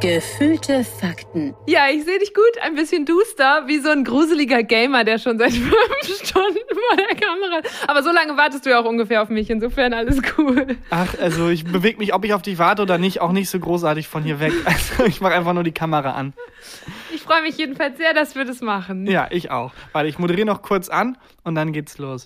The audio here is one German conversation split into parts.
Gefühlte Fakten. Ja, ich sehe dich gut, ein bisschen duster, wie so ein gruseliger Gamer, der schon seit 5 Stunden vor der Kamera ist. Aber so lange wartest du ja auch ungefähr auf mich, insofern alles cool. Ach, also ich bewege mich, ob ich auf dich warte oder nicht, auch nicht so großartig von hier weg. Also ich mache einfach nur die Kamera an. Ich freue mich jedenfalls sehr, dass wir das machen. Ja, ich auch. Warte, ich moderiere noch kurz an und dann geht's los.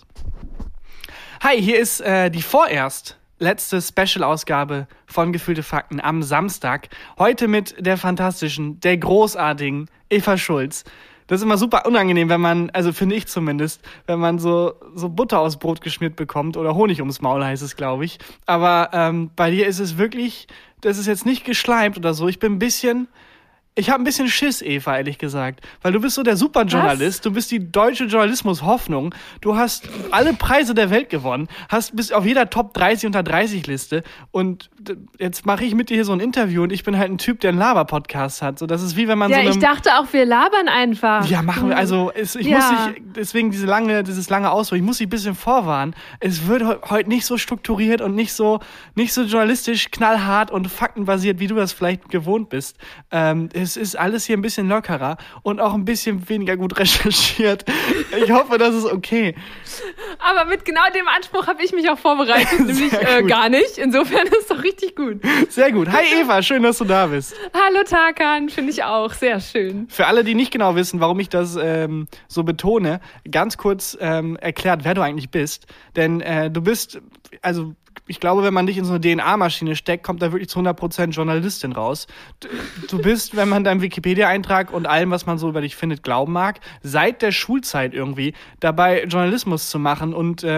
Hi, hier ist die vorerst letzte Special-Ausgabe von Gefühlte Fakten am Samstag. Heute mit der fantastischen, der großartigen Eva Schulz. Das ist immer super unangenehm, wenn man, also finde ich zumindest, wenn man so Butter aufs Brot geschmiert bekommt oder Honig ums Maul heißt es, glaube ich. Aber bei dir ist es wirklich, das ist jetzt nicht geschleimt oder so. Ich habe ein bisschen Schiss, Eva, ehrlich gesagt. Weil du bist so der Superjournalist. Was? Du bist die deutsche Journalismus-Hoffnung. Du hast alle Preise der Welt gewonnen. Bist auf jeder Top 30 unter 30 Liste. Und jetzt mache ich mit dir hier so ein Interview und ich bin halt ein Typ, der einen Laber-Podcast hat. So, das ist wie wenn man ich dachte auch, wir labern einfach. Ja, machen wir. Also, muss dich, deswegen dieses lange Auswahl, ich muss dich ein bisschen vorwarnen. Es wird heute nicht so strukturiert und nicht so journalistisch knallhart und faktenbasiert, wie du das vielleicht gewohnt bist. Es ist alles hier ein bisschen lockerer und auch ein bisschen weniger gut recherchiert. Ich hoffe, das ist okay. Aber mit genau dem Anspruch habe ich mich auch vorbereitet, nämlich gar nicht. Insofern ist es doch richtig gut. Sehr gut. Hi Eva, schön, dass du da bist. Hallo Tarkan, finde ich auch. Sehr schön. Für alle, die nicht genau wissen, warum ich das so betone, ganz kurz erklärt, wer du eigentlich bist. Denn du bist, also ich glaube, wenn man dich in so eine DNA-Maschine steckt, kommt da wirklich zu 100% Journalistin raus. Du bist, wenn man deinem Wikipedia-Eintrag und allem, was man so über dich findet, glauben mag, seit der Schulzeit irgendwie dabei Journalismus zu machen und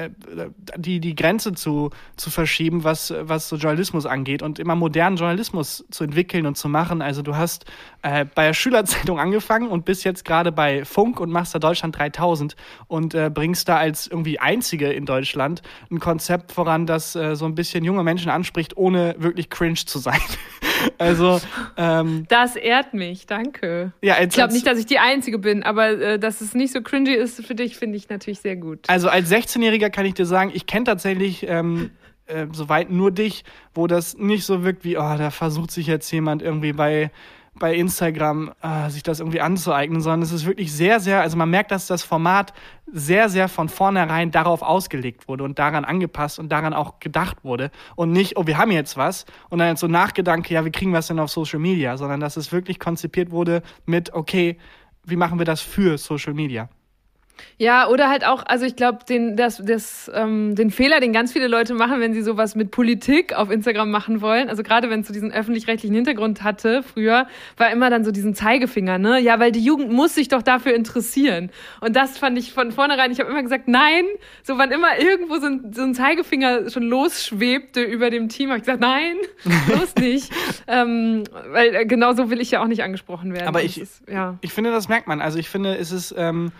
die Grenze zu verschieben, was so Journalismus angeht und immer modernen Journalismus zu entwickeln und zu machen. Also du hast bei der Schülerzeitung angefangen und bist jetzt gerade bei Funk und machst da Deutschland 3000 und bringst da als irgendwie Einzige in Deutschland ein Konzept voran, das so ein bisschen junge Menschen anspricht, ohne wirklich cringe zu sein. Also das ehrt mich, danke. Ja, ich glaube nicht, dass ich die Einzige bin, aber dass es nicht so cringy ist für dich, finde ich natürlich sehr gut. Also als 16-Jähriger kann ich dir sagen, ich kenne tatsächlich soweit nur dich, wo das nicht so wirkt wie, da versucht sich jetzt jemand irgendwie bei Instagram sich das irgendwie anzueignen, sondern es ist wirklich sehr, sehr, also man merkt, dass das Format sehr, sehr von vornherein darauf ausgelegt wurde und daran angepasst und daran auch gedacht wurde und nicht, wir haben jetzt was und dann so Nachgedanke, wie kriegen wir es denn auf Social Media, sondern dass es wirklich konzipiert wurde mit, okay, wie machen wir das für Social Media? Ja, oder halt auch, also ich glaube, den Fehler, den ganz viele Leute machen, wenn sie sowas mit Politik auf Instagram machen wollen, also gerade wenn es so diesen öffentlich-rechtlichen Hintergrund hatte früher, war immer dann so diesen Zeigefinger, ne? Ja, weil die Jugend muss sich doch dafür interessieren. Und das fand ich von vornherein, ich habe immer gesagt, nein, so wann immer irgendwo so ein Zeigefinger schon losschwebte über dem Team, habe ich gesagt, nein, bloß nicht. Weil genau so will ich ja auch nicht angesprochen werden. Aber ich finde, das merkt man. Also ich finde, es ist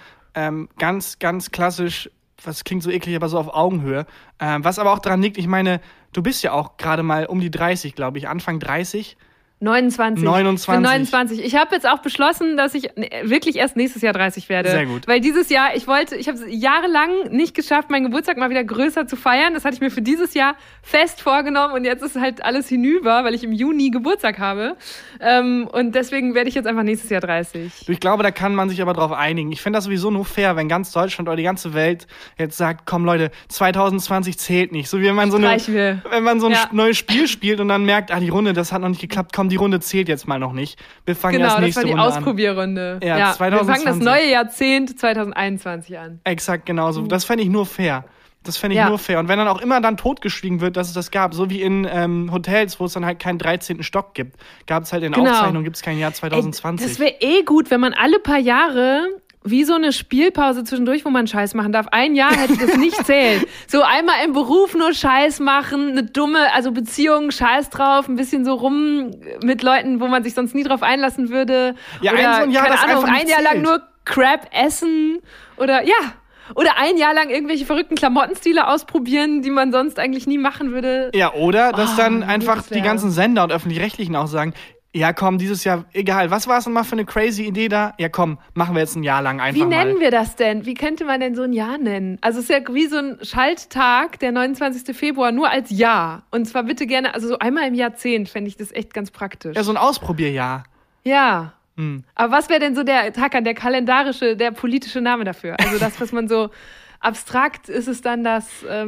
ganz, ganz klassisch, was klingt so eklig, aber so auf Augenhöhe. Was aber auch daran liegt, ich meine, du bist ja auch gerade mal um die 30, glaube ich, Anfang 30. 29. 29. Ich habe jetzt auch beschlossen, dass ich wirklich erst nächstes Jahr 30 werde. Sehr gut. Weil dieses Jahr, ich habe es jahrelang nicht geschafft, meinen Geburtstag mal wieder größer zu feiern. Das hatte ich mir für dieses Jahr fest vorgenommen und jetzt ist halt alles hinüber, weil ich im Juni Geburtstag habe. Und deswegen werde ich jetzt einfach nächstes Jahr 30. Ich glaube, da kann man sich aber drauf einigen. Ich finde das sowieso nur fair, wenn ganz Deutschland oder die ganze Welt jetzt sagt, komm Leute, 2020 zählt nicht. So wie wenn man ein neues Spiel spielt und dann merkt, die Runde, das hat noch nicht geklappt, komm, die Runde zählt jetzt mal noch nicht. Wir fangen erst nächste Runde an. Genau, das war die Ausprobierrunde. Ja, 2020. Wir fangen das neue Jahrzehnt 2021 an. Exakt, genau so. Das fände ich nur fair. Nur fair. Und wenn dann auch immer dann totgeschwiegen wird, dass es das gab, so wie in Hotels, wo es dann halt keinen 13. Stock gibt, gab es halt in Aufzeichnungen, gibt es kein Jahr 2020. Das wäre gut, wenn man alle paar Jahre wie so eine Spielpause zwischendurch, wo man Scheiß machen darf. Ein Jahr hätte das nicht zählt. So einmal im Beruf nur Scheiß machen, eine dumme, also Beziehung, Scheiß drauf, ein bisschen so rum mit Leuten, wo man sich sonst nie drauf einlassen würde. Ja, oder, ein Jahr, das einfach nicht ein Jahr lang nur Crap essen oder oder ein Jahr lang irgendwelche verrückten Klamottenstile ausprobieren, die man sonst eigentlich nie machen würde. Ja, oder dass dann einfach die ganzen Sender und Öffentlich-Rechtlichen auch sagen, Ja, komm, dieses Jahr, egal. Was war es denn mal für eine crazy Idee da? Ja, komm, machen wir jetzt ein Jahr lang einfach mal. Wie nennen wir das denn? Wie könnte man denn so ein Jahr nennen? Also es ist ja wie so ein Schalttag, der 29. Februar, nur als Jahr. Und zwar bitte gerne, also so einmal im Jahrzehnt fände ich das echt ganz praktisch. Ja, so ein Ausprobierjahr. Ja. Aber was wäre denn so der Tag an, der kalendarische, der politische Name dafür? Also das, was man so abstrakt, ist es dann das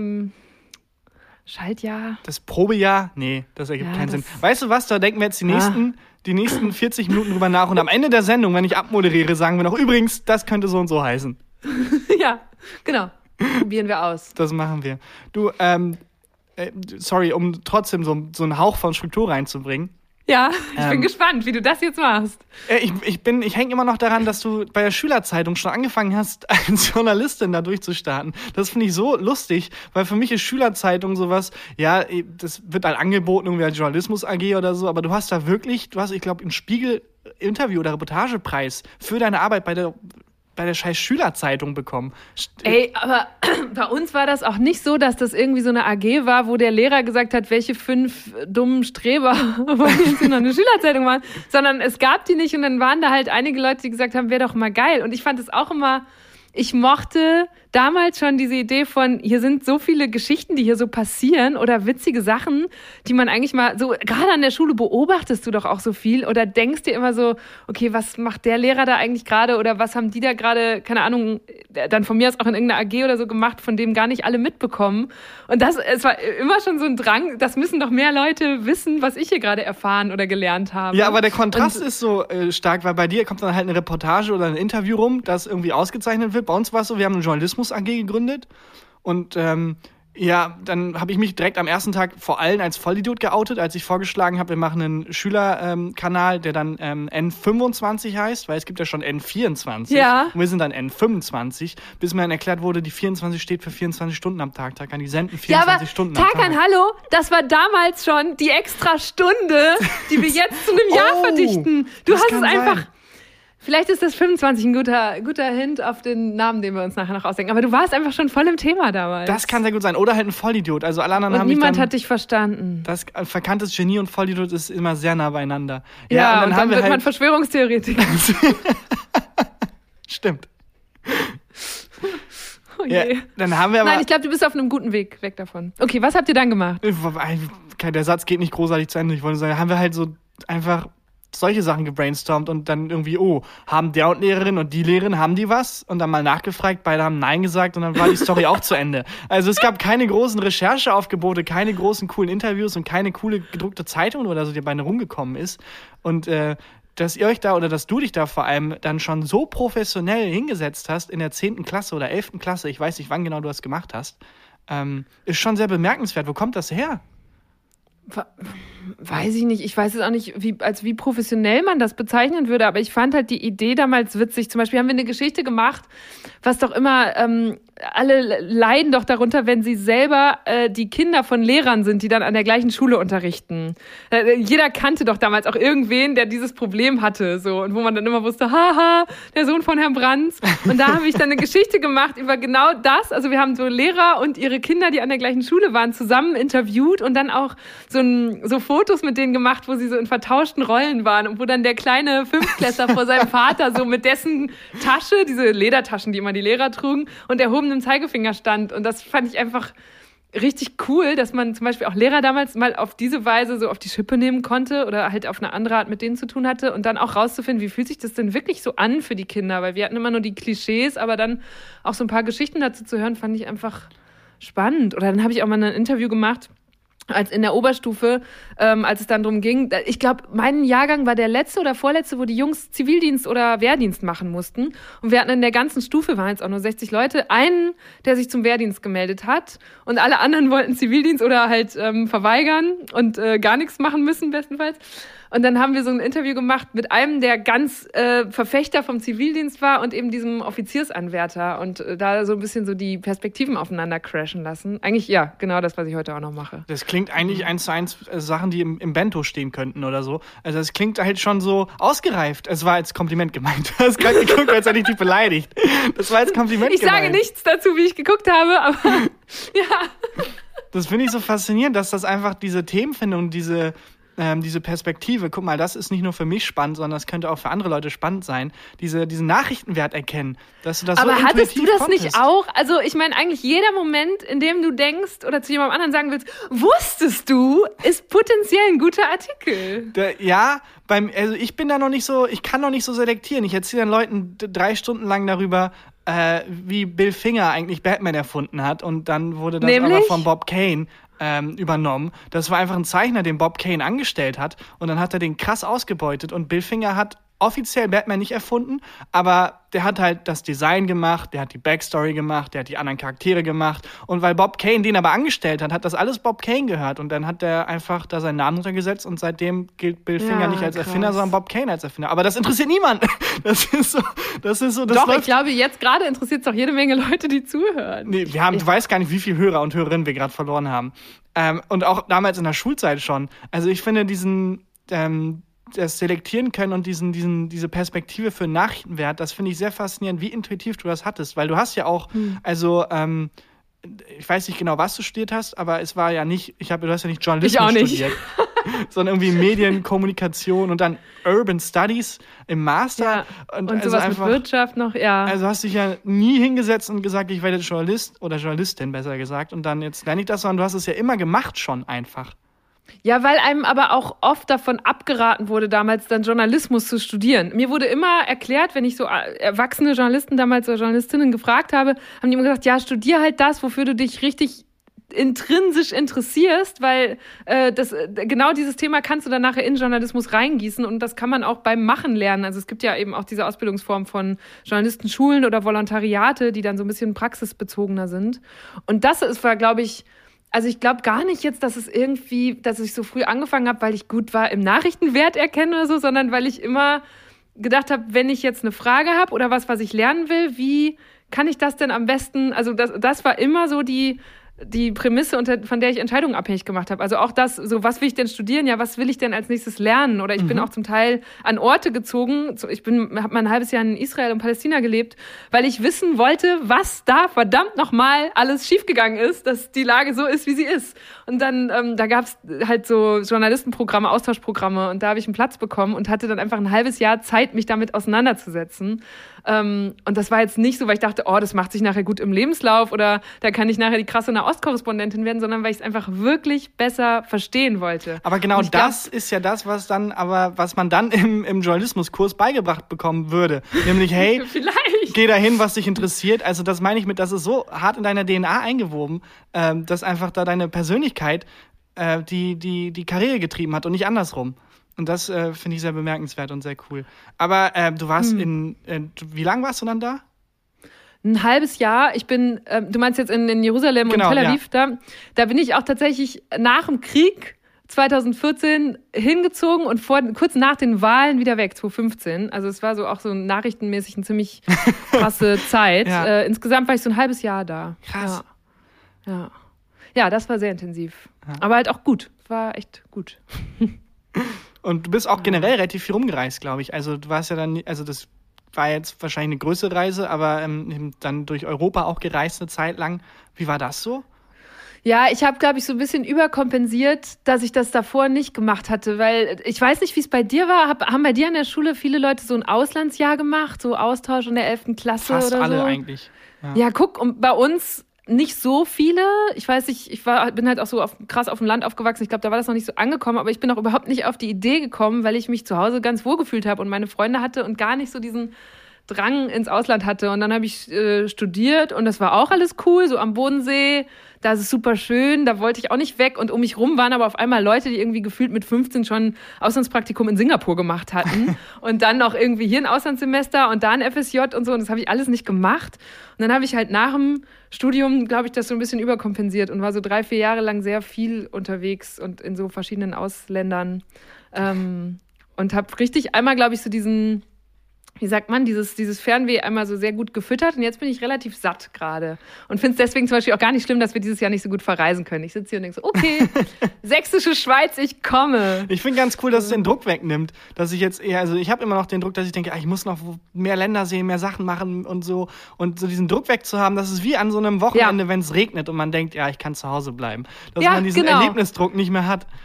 Schaltjahr? Das Probejahr? Nee, das ergibt keinen Sinn. Weißt du was, da denken wir jetzt die nächsten 40 Minuten drüber nach und am Ende der Sendung, wenn ich abmoderiere, sagen wir noch, übrigens, das könnte so und so heißen. Ja, genau. Probieren wir aus. Das machen wir. Du, sorry, um trotzdem so einen Hauch von Struktur reinzubringen. Ja, ich bin gespannt, wie du das jetzt machst. Ich hänge immer noch daran, dass du bei der Schülerzeitung schon angefangen hast, als Journalistin da durchzustarten. Das finde ich so lustig, weil für mich ist Schülerzeitung sowas, ja, das wird halt angeboten, irgendwie als Journalismus AG oder so, aber du hast, ich glaube, einen Spiegel-Interview- oder Reportagepreis für deine Arbeit bei der scheiß Schülerzeitung bekommen. Ey, aber bei uns war das auch nicht so, dass das irgendwie so eine AG war, wo der Lehrer gesagt hat, welche 5 dummen Streber wollen jetzt noch eine Schülerzeitung machen, sondern es gab die nicht und dann waren da halt einige Leute, die gesagt haben, wäre doch mal geil. Und ich fand es auch immer, ich mochte damals schon diese Idee von, hier sind so viele Geschichten, die hier so passieren oder witzige Sachen, die man eigentlich mal so, gerade an der Schule beobachtest du doch auch so viel oder denkst dir immer so, okay, was macht der Lehrer da eigentlich gerade oder was haben die da gerade, keine Ahnung, dann von mir aus auch in irgendeiner AG oder so gemacht, von dem gar nicht alle mitbekommen. Und es war immer schon so ein Drang, das müssen doch mehr Leute wissen, was ich hier gerade erfahren oder gelernt habe. Ja, aber der Kontrast ist so stark, weil bei dir kommt dann halt eine Reportage oder ein Interview rum, das irgendwie ausgezeichnet wird. Bei uns war es so, wir haben eine Journalismus AG gegründet und dann habe ich mich direkt am ersten Tag vor allem als Vollidiot geoutet, als ich vorgeschlagen habe, wir machen einen Schülerkanal, der dann N25 heißt, weil es gibt ja schon N24 und wir sind dann N25, bis mir dann erklärt wurde, die 24 steht für 24 Stunden am Tag, da kann die senden 24 Stunden am Tag. Tarkan, hallo, das war damals schon die extra Stunde, die wir jetzt zu einem Jahr verdichten. Du hast es einfach... Sein. Vielleicht ist das 25 ein guter Hint auf den Namen, den wir uns nachher noch ausdenken. Aber du warst einfach schon voll im Thema damals. Das kann sehr gut sein. Oder halt ein Vollidiot. Also alle anderen haben niemand hat dich verstanden. Das verkanntes Genie und Vollidiot ist immer sehr nah beieinander. Ja, und dann wird man Verschwörungstheoretiker. Stimmt. Oh je. Ja, dann haben wir aber... Nein, ich glaube, du bist auf einem guten Weg weg davon. Okay, was habt ihr dann gemacht? Der Satz geht nicht großartig zu Ende. Ich wollte sagen, haben wir halt so einfach... solche Sachen gebrainstormt und dann irgendwie, haben der und Lehrerin und die Lehrerin, haben die was? Und dann mal nachgefragt, beide haben Nein gesagt und dann war die Story auch zu Ende. Also es gab keine großen Rechercheaufgebote, keine großen coolen Interviews und keine coole gedruckte Zeitung oder so, die bei mir rumgekommen ist. Und dass ihr euch da oder dass du dich da vor allem dann schon so professionell hingesetzt hast in der 10. Klasse oder 11. Klasse, ich weiß nicht, wann genau du das gemacht hast, ist schon sehr bemerkenswert. Wo kommt das her? Weiß ich nicht. Ich weiß jetzt auch nicht, wie professionell man das bezeichnen würde, aber ich fand halt die Idee damals witzig. Zum Beispiel haben wir eine Geschichte gemacht, was doch immer, alle leiden doch darunter, wenn sie selber die Kinder von Lehrern sind, die dann an der gleichen Schule unterrichten. Jeder kannte doch damals auch irgendwen, der dieses Problem hatte, so, und wo man dann immer wusste, haha, der Sohn von Herrn Brands. Und da habe ich dann eine Geschichte gemacht über genau das. Also wir haben so Lehrer und ihre Kinder, die an der gleichen Schule waren, zusammen interviewt und dann auch so Fotos mit denen gemacht, wo sie so in vertauschten Rollen waren und wo dann der kleine Fünftklässler vor seinem Vater so mit dessen Tasche, diese Ledertaschen, die immer die Lehrer trugen, und erhobenem Zeigefinger stand. Und das fand ich einfach richtig cool, dass man zum Beispiel auch Lehrer damals mal auf diese Weise so auf die Schippe nehmen konnte oder halt auf eine andere Art mit denen zu tun hatte und dann auch rauszufinden, wie fühlt sich das denn wirklich so an für die Kinder, weil wir hatten immer nur die Klischees, aber dann auch so ein paar Geschichten dazu zu hören, fand ich einfach spannend. Oder dann habe ich auch mal ein Interview gemacht, als in der Oberstufe, als es dann darum ging, ich glaube, mein Jahrgang war der letzte oder vorletzte, wo die Jungs Zivildienst oder Wehrdienst machen mussten. Und wir hatten in der ganzen Stufe, waren jetzt auch nur 60 Leute, einen, der sich zum Wehrdienst gemeldet hat. Und alle anderen wollten Zivildienst oder halt verweigern und gar nichts machen müssen, bestenfalls. Und dann haben wir so ein Interview gemacht mit einem, der ganz Verfechter vom Zivildienst war und eben diesem Offiziersanwärter und da so ein bisschen so die Perspektiven aufeinander crashen lassen. Eigentlich, ja, genau das, was ich heute auch noch mache. Das klingt eigentlich 1:1 Sachen, die im Bento stehen könnten oder so. Also das klingt halt schon so ausgereift. Es war als Kompliment gemeint. Du hast gerade geguckt, als hätte ich dich beleidigt. Das war als Kompliment gemeint. Ich sage nichts dazu, wie ich geguckt habe, aber ja. Das finde ich so faszinierend, dass das einfach diese Themenfindung, diese diese Perspektive, guck mal, das ist nicht nur für mich spannend, sondern das könnte auch für andere Leute spannend sein, diesen Nachrichtenwert erkennen, dass du das aber so hattest du das konntest. nicht auch? Also ich meine, eigentlich jeder Moment, in dem du denkst oder zu jemandem anderen sagen willst, wusstest du, ist potenziell ein guter Artikel. Also ich bin da noch nicht so, ich kann noch nicht so selektieren. Ich erzähle dann Leuten 3 Stunden lang darüber, wie Bill Finger eigentlich Batman erfunden hat und dann wurde das aber von Bob Kane übernommen. Das war einfach ein Zeichner, den Bob Kane angestellt hat und dann hat er den krass ausgebeutet und Bill Finger hat offiziell Batman nicht erfunden, aber der hat halt das Design gemacht, der hat die Backstory gemacht, der hat die anderen Charaktere gemacht und weil Bob Kane den aber angestellt hat, hat das alles Bob Kane gehört und dann hat der einfach da seinen Namen untergesetzt und seitdem gilt Bill Finger nicht als Erfinder, sondern Bob Kane als Erfinder. Aber das interessiert niemanden. Das ist so. Doch, ich glaube, jetzt gerade interessiert es auch jede Menge Leute, die zuhören. Nee, du weißt gar nicht, wie viele Hörer und Hörerinnen wir gerade verloren haben. Und auch damals in der Schulzeit schon. Also ich finde das selektieren können und diese Perspektive für Nachrichtenwert, das finde ich sehr faszinierend, wie intuitiv du das hattest, weil du hast ja auch, ich weiß nicht genau, was du studiert hast, aber es war ja nicht, du hast ja nicht Journalismus studiert, sondern irgendwie Medien, Kommunikation und dann Urban Studies im Master. Ja, und also sowas einfach, mit Wirtschaft noch, ja. Also hast dich ja nie hingesetzt und gesagt, ich werde Journalist oder Journalistin, besser gesagt, und dann jetzt lerne ich das, sondern du hast es ja immer gemacht schon einfach. Ja, weil einem aber auch oft davon abgeraten wurde, damals dann Journalismus zu studieren. Mir wurde immer erklärt, wenn ich so erwachsene Journalisten damals oder Journalistinnen gefragt habe, haben die immer gesagt, ja, studier halt das, wofür du dich richtig intrinsisch interessierst, weil genau dieses Thema kannst du dann nachher in Journalismus reingießen und das kann man auch beim Machen lernen. Also es gibt ja eben auch diese Ausbildungsform von Journalistenschulen oder Volontariate, die dann so ein bisschen praxisbezogener sind. Und das war, glaube ich, also ich glaube gar nicht jetzt, dass ich so früh angefangen habe, weil ich gut war im Nachrichtenwert erkennen oder so, sondern weil ich immer gedacht habe, wenn ich jetzt eine Frage habe oder was ich lernen will, wie kann ich das denn am besten, also das war immer so die Prämisse, von der ich Entscheidungen abhängig gemacht habe. Also auch das, so was will ich denn studieren? Ja, was will ich denn als nächstes lernen? Oder ich bin auch zum Teil an Orte gezogen. Ich habe mal ein halbes Jahr in Israel und Palästina gelebt, weil ich wissen wollte, was da verdammt nochmal alles schiefgegangen ist, dass die Lage so ist, wie sie ist. Und dann, da gab es halt so Journalistenprogramme, Austauschprogramme und da habe ich einen Platz bekommen und hatte dann einfach ein halbes Jahr Zeit, mich damit auseinanderzusetzen. Und das war jetzt nicht so, weil ich dachte, das macht sich nachher gut im Lebenslauf oder da kann ich nachher die krasse Nahostkorrespondentin werden, sondern weil ich es einfach wirklich besser verstehen wollte. Aber genau das ist ja das, was man dann im Journalismuskurs beigebracht bekommen würde. Nämlich, hey, geh dahin, was dich interessiert. Also das meine ich mit, das ist so hart in deiner DNA eingewoben, dass einfach da deine Persönlichkeit die Karriere getrieben hat und nicht andersrum. Und das finde ich sehr bemerkenswert und sehr cool. Aber du warst wie lange warst du dann da? Ein halbes Jahr. Ich bin, du meinst jetzt in Jerusalem und Tel Aviv, ja. Da bin ich auch tatsächlich nach dem Krieg 2014 hingezogen und kurz nach den Wahlen wieder weg, 2015. Also es war so auch so nachrichtenmäßig eine ziemlich krasse Zeit. Ja. Insgesamt war ich so ein halbes Jahr da. Krass. Ja, das war sehr intensiv. Ja. Aber halt auch gut. War echt gut. Und du bist auch generell relativ viel rumgereist, glaube ich. Also du warst ja dann, also das war jetzt wahrscheinlich eine größere Reise, aber dann durch Europa auch gereist eine Zeit lang. Wie war das so? Ja, ich habe, glaube ich, so ein bisschen überkompensiert, dass ich das davor nicht gemacht hatte, weil ich weiß nicht, wie es bei dir war. Haben bei dir an der Schule viele Leute so ein Auslandsjahr gemacht, so Austausch in der 11. Klasse Fast oder so? Fast alle eigentlich. Ja, guck, und bei uns nicht so viele. Ich weiß nicht, bin halt auch so krass auf dem Land aufgewachsen. Ich glaube, da war das noch nicht so angekommen, aber ich bin auch überhaupt nicht auf die Idee gekommen, weil ich mich zu Hause ganz wohl gefühlt habe und meine Freunde hatte und gar nicht so diesen Drang ins Ausland hatte. Und dann habe ich studiert und das war auch alles cool, so am Bodensee. Da ist es super schön, da wollte ich auch nicht weg. Und um mich rum waren aber auf einmal Leute, die irgendwie gefühlt mit 15 schon Auslandspraktikum in Singapur gemacht hatten. Und dann noch irgendwie hier ein Auslandssemester und da ein FSJ und so. Und das habe ich alles nicht gemacht. Und dann habe ich halt nach dem Studium, glaube ich, das so ein bisschen überkompensiert und war so 3-4 Jahre lang sehr viel unterwegs und in so verschiedenen Ausländern. Und habe richtig einmal, glaube ich, so diesen, wie sagt man, dieses Fernweh einmal so sehr gut gefüttert. Und jetzt bin ich relativ satt gerade. Und finde es deswegen zum Beispiel auch gar nicht schlimm, dass wir dieses Jahr nicht so gut verreisen können. Ich sitze hier und denke so, okay, sächsische Schweiz, ich komme. Ich finde ganz cool, dass es den Druck wegnimmt. Dass ich jetzt eher, also ich habe immer noch den Druck, dass ich denke, ich muss noch mehr Länder sehen, mehr Sachen machen und so. Und so diesen Druck wegzuhaben, das ist wie an so einem Wochenende, wenn es regnet und man denkt, ich kann zu Hause bleiben. Dass man diesen Erlebnisdruck nicht mehr hat.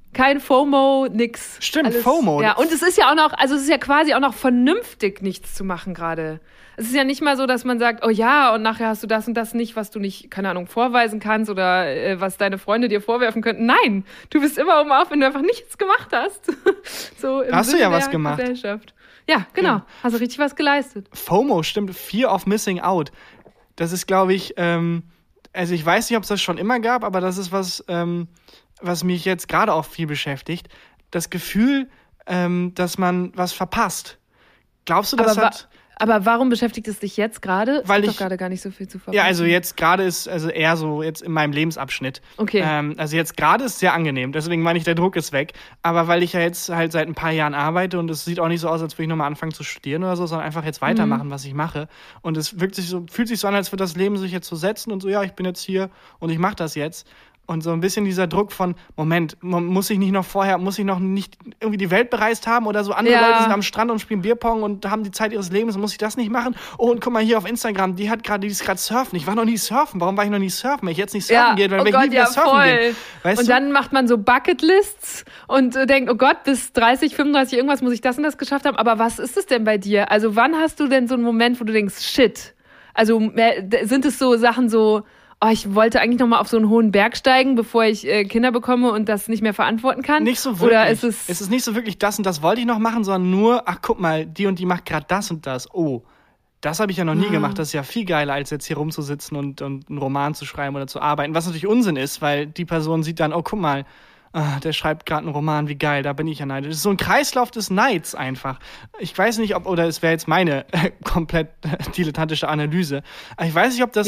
Kein FOMO, nix. Stimmt, FOMO. Ja, und es ist ja auch noch, also es ist ja quasi auch noch vernünftig, nichts zu machen gerade. Es ist ja nicht mal so, dass man sagt, oh ja, und nachher hast du das und das nicht, was du nicht, keine Ahnung, vorweisen kannst oder was deine Freunde dir vorwerfen könnten. Nein, du bist immer oben auf, wenn du einfach nichts gemacht hast. So im Hast Sinne du ja der was gemacht. Gesellschaft. Ja, genau. Ja. Hast du richtig was geleistet. FOMO, stimmt. Fear of Missing Out. Das ist, glaube ich, also ich weiß nicht, ob es das schon immer gab, aber das ist was, was mich jetzt gerade auch viel beschäftigt. Das Gefühl, dass man was verpasst. Glaubst du, das hat... Aber warum beschäftigt es dich jetzt gerade? Weil ich doch gerade gar nicht so viel zu verpassen. Ja, also jetzt gerade ist also eher so jetzt in meinem Lebensabschnitt. Okay. Also jetzt gerade ist sehr angenehm, deswegen meine ich, der Druck ist weg. Aber weil ich ja jetzt halt seit ein paar Jahren arbeite und es sieht auch nicht so aus, als würde ich nochmal anfangen zu studieren oder so, sondern einfach jetzt weitermachen, was ich mache. Und es fühlt sich so an, als würde das Leben sich jetzt so setzen und so, ja, ich bin jetzt hier und ich mache das jetzt. Und so ein bisschen dieser Druck von, Moment, muss ich nicht irgendwie die Welt bereist haben oder so? Andere Leute sind am Strand und spielen Bierpong und haben die Zeit ihres Lebens, muss ich das nicht machen? Oh, und guck mal hier auf Instagram, die ist gerade surfen. Ich war noch nie surfen. Warum war ich noch nie surfen? Wenn ich jetzt nicht surfen gehe, dann werde ich nie wieder surfen gehen. Weißt du? Dann macht man so Bucketlists und denkt, oh Gott, bis 30, 35 irgendwas muss ich das und das geschafft haben. Aber was ist es denn bei dir? Also wann hast du denn so einen Moment, wo du denkst, shit? Also sind es so Sachen so, oh, ich wollte eigentlich noch mal auf so einen hohen Berg steigen, bevor ich Kinder bekomme und das nicht mehr verantworten kann? Nicht so wirklich. Oder ist es ist nicht so wirklich das und das wollte ich noch machen, sondern nur, ach guck mal, die und die macht gerade das und das. Oh, das habe ich ja noch nie gemacht. Das ist ja viel geiler, als jetzt hier rumzusitzen und einen Roman zu schreiben oder zu arbeiten. Was natürlich Unsinn ist, weil die Person sieht dann, oh guck mal, der schreibt gerade einen Roman, wie geil, da bin ich ja neidisch. Das ist so ein Kreislauf des Neids einfach. Ich weiß nicht, oder es wäre jetzt meine komplett dilettantische Analyse, aber ich weiß nicht, ob das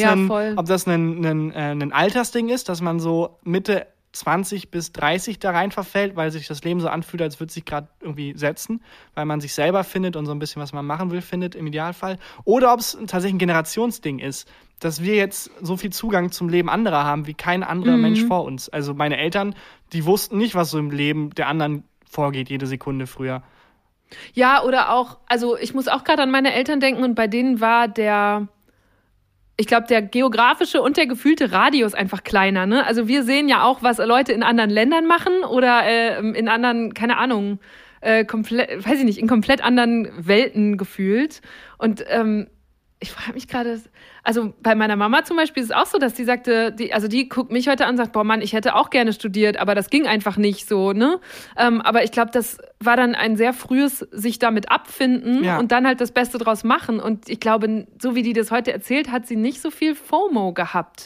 ein Altersding ist, dass man so Mitte 20 bis 30 da rein verfällt, weil sich das Leben so anfühlt, als würde sich gerade irgendwie setzen, weil man sich selber findet und so ein bisschen, was man machen will, findet im Idealfall. Oder ob es tatsächlich ein Generationsding ist, dass wir jetzt so viel Zugang zum Leben anderer haben, wie kein anderer Mensch vor uns. Also meine Eltern, die wussten nicht, was so im Leben der anderen vorgeht, jede Sekunde früher. Ja, oder auch, also ich muss auch gerade an meine Eltern denken und bei denen war der geografische und der gefühlte Radius einfach kleiner, ne? Also wir sehen ja auch, was Leute in anderen Ländern machen oder in anderen, keine Ahnung, in komplett anderen Welten gefühlt. Und ich frage mich gerade, also bei meiner Mama zum Beispiel ist es auch so, dass die sagte, die guckt mich heute an und sagt, boah Mann, ich hätte auch gerne studiert, aber das ging einfach nicht so, ne? Aber ich glaube, das war dann ein sehr frühes sich damit abfinden und dann halt das Beste draus machen. Und ich glaube, so wie die das heute erzählt, hat sie nicht so viel FOMO gehabt.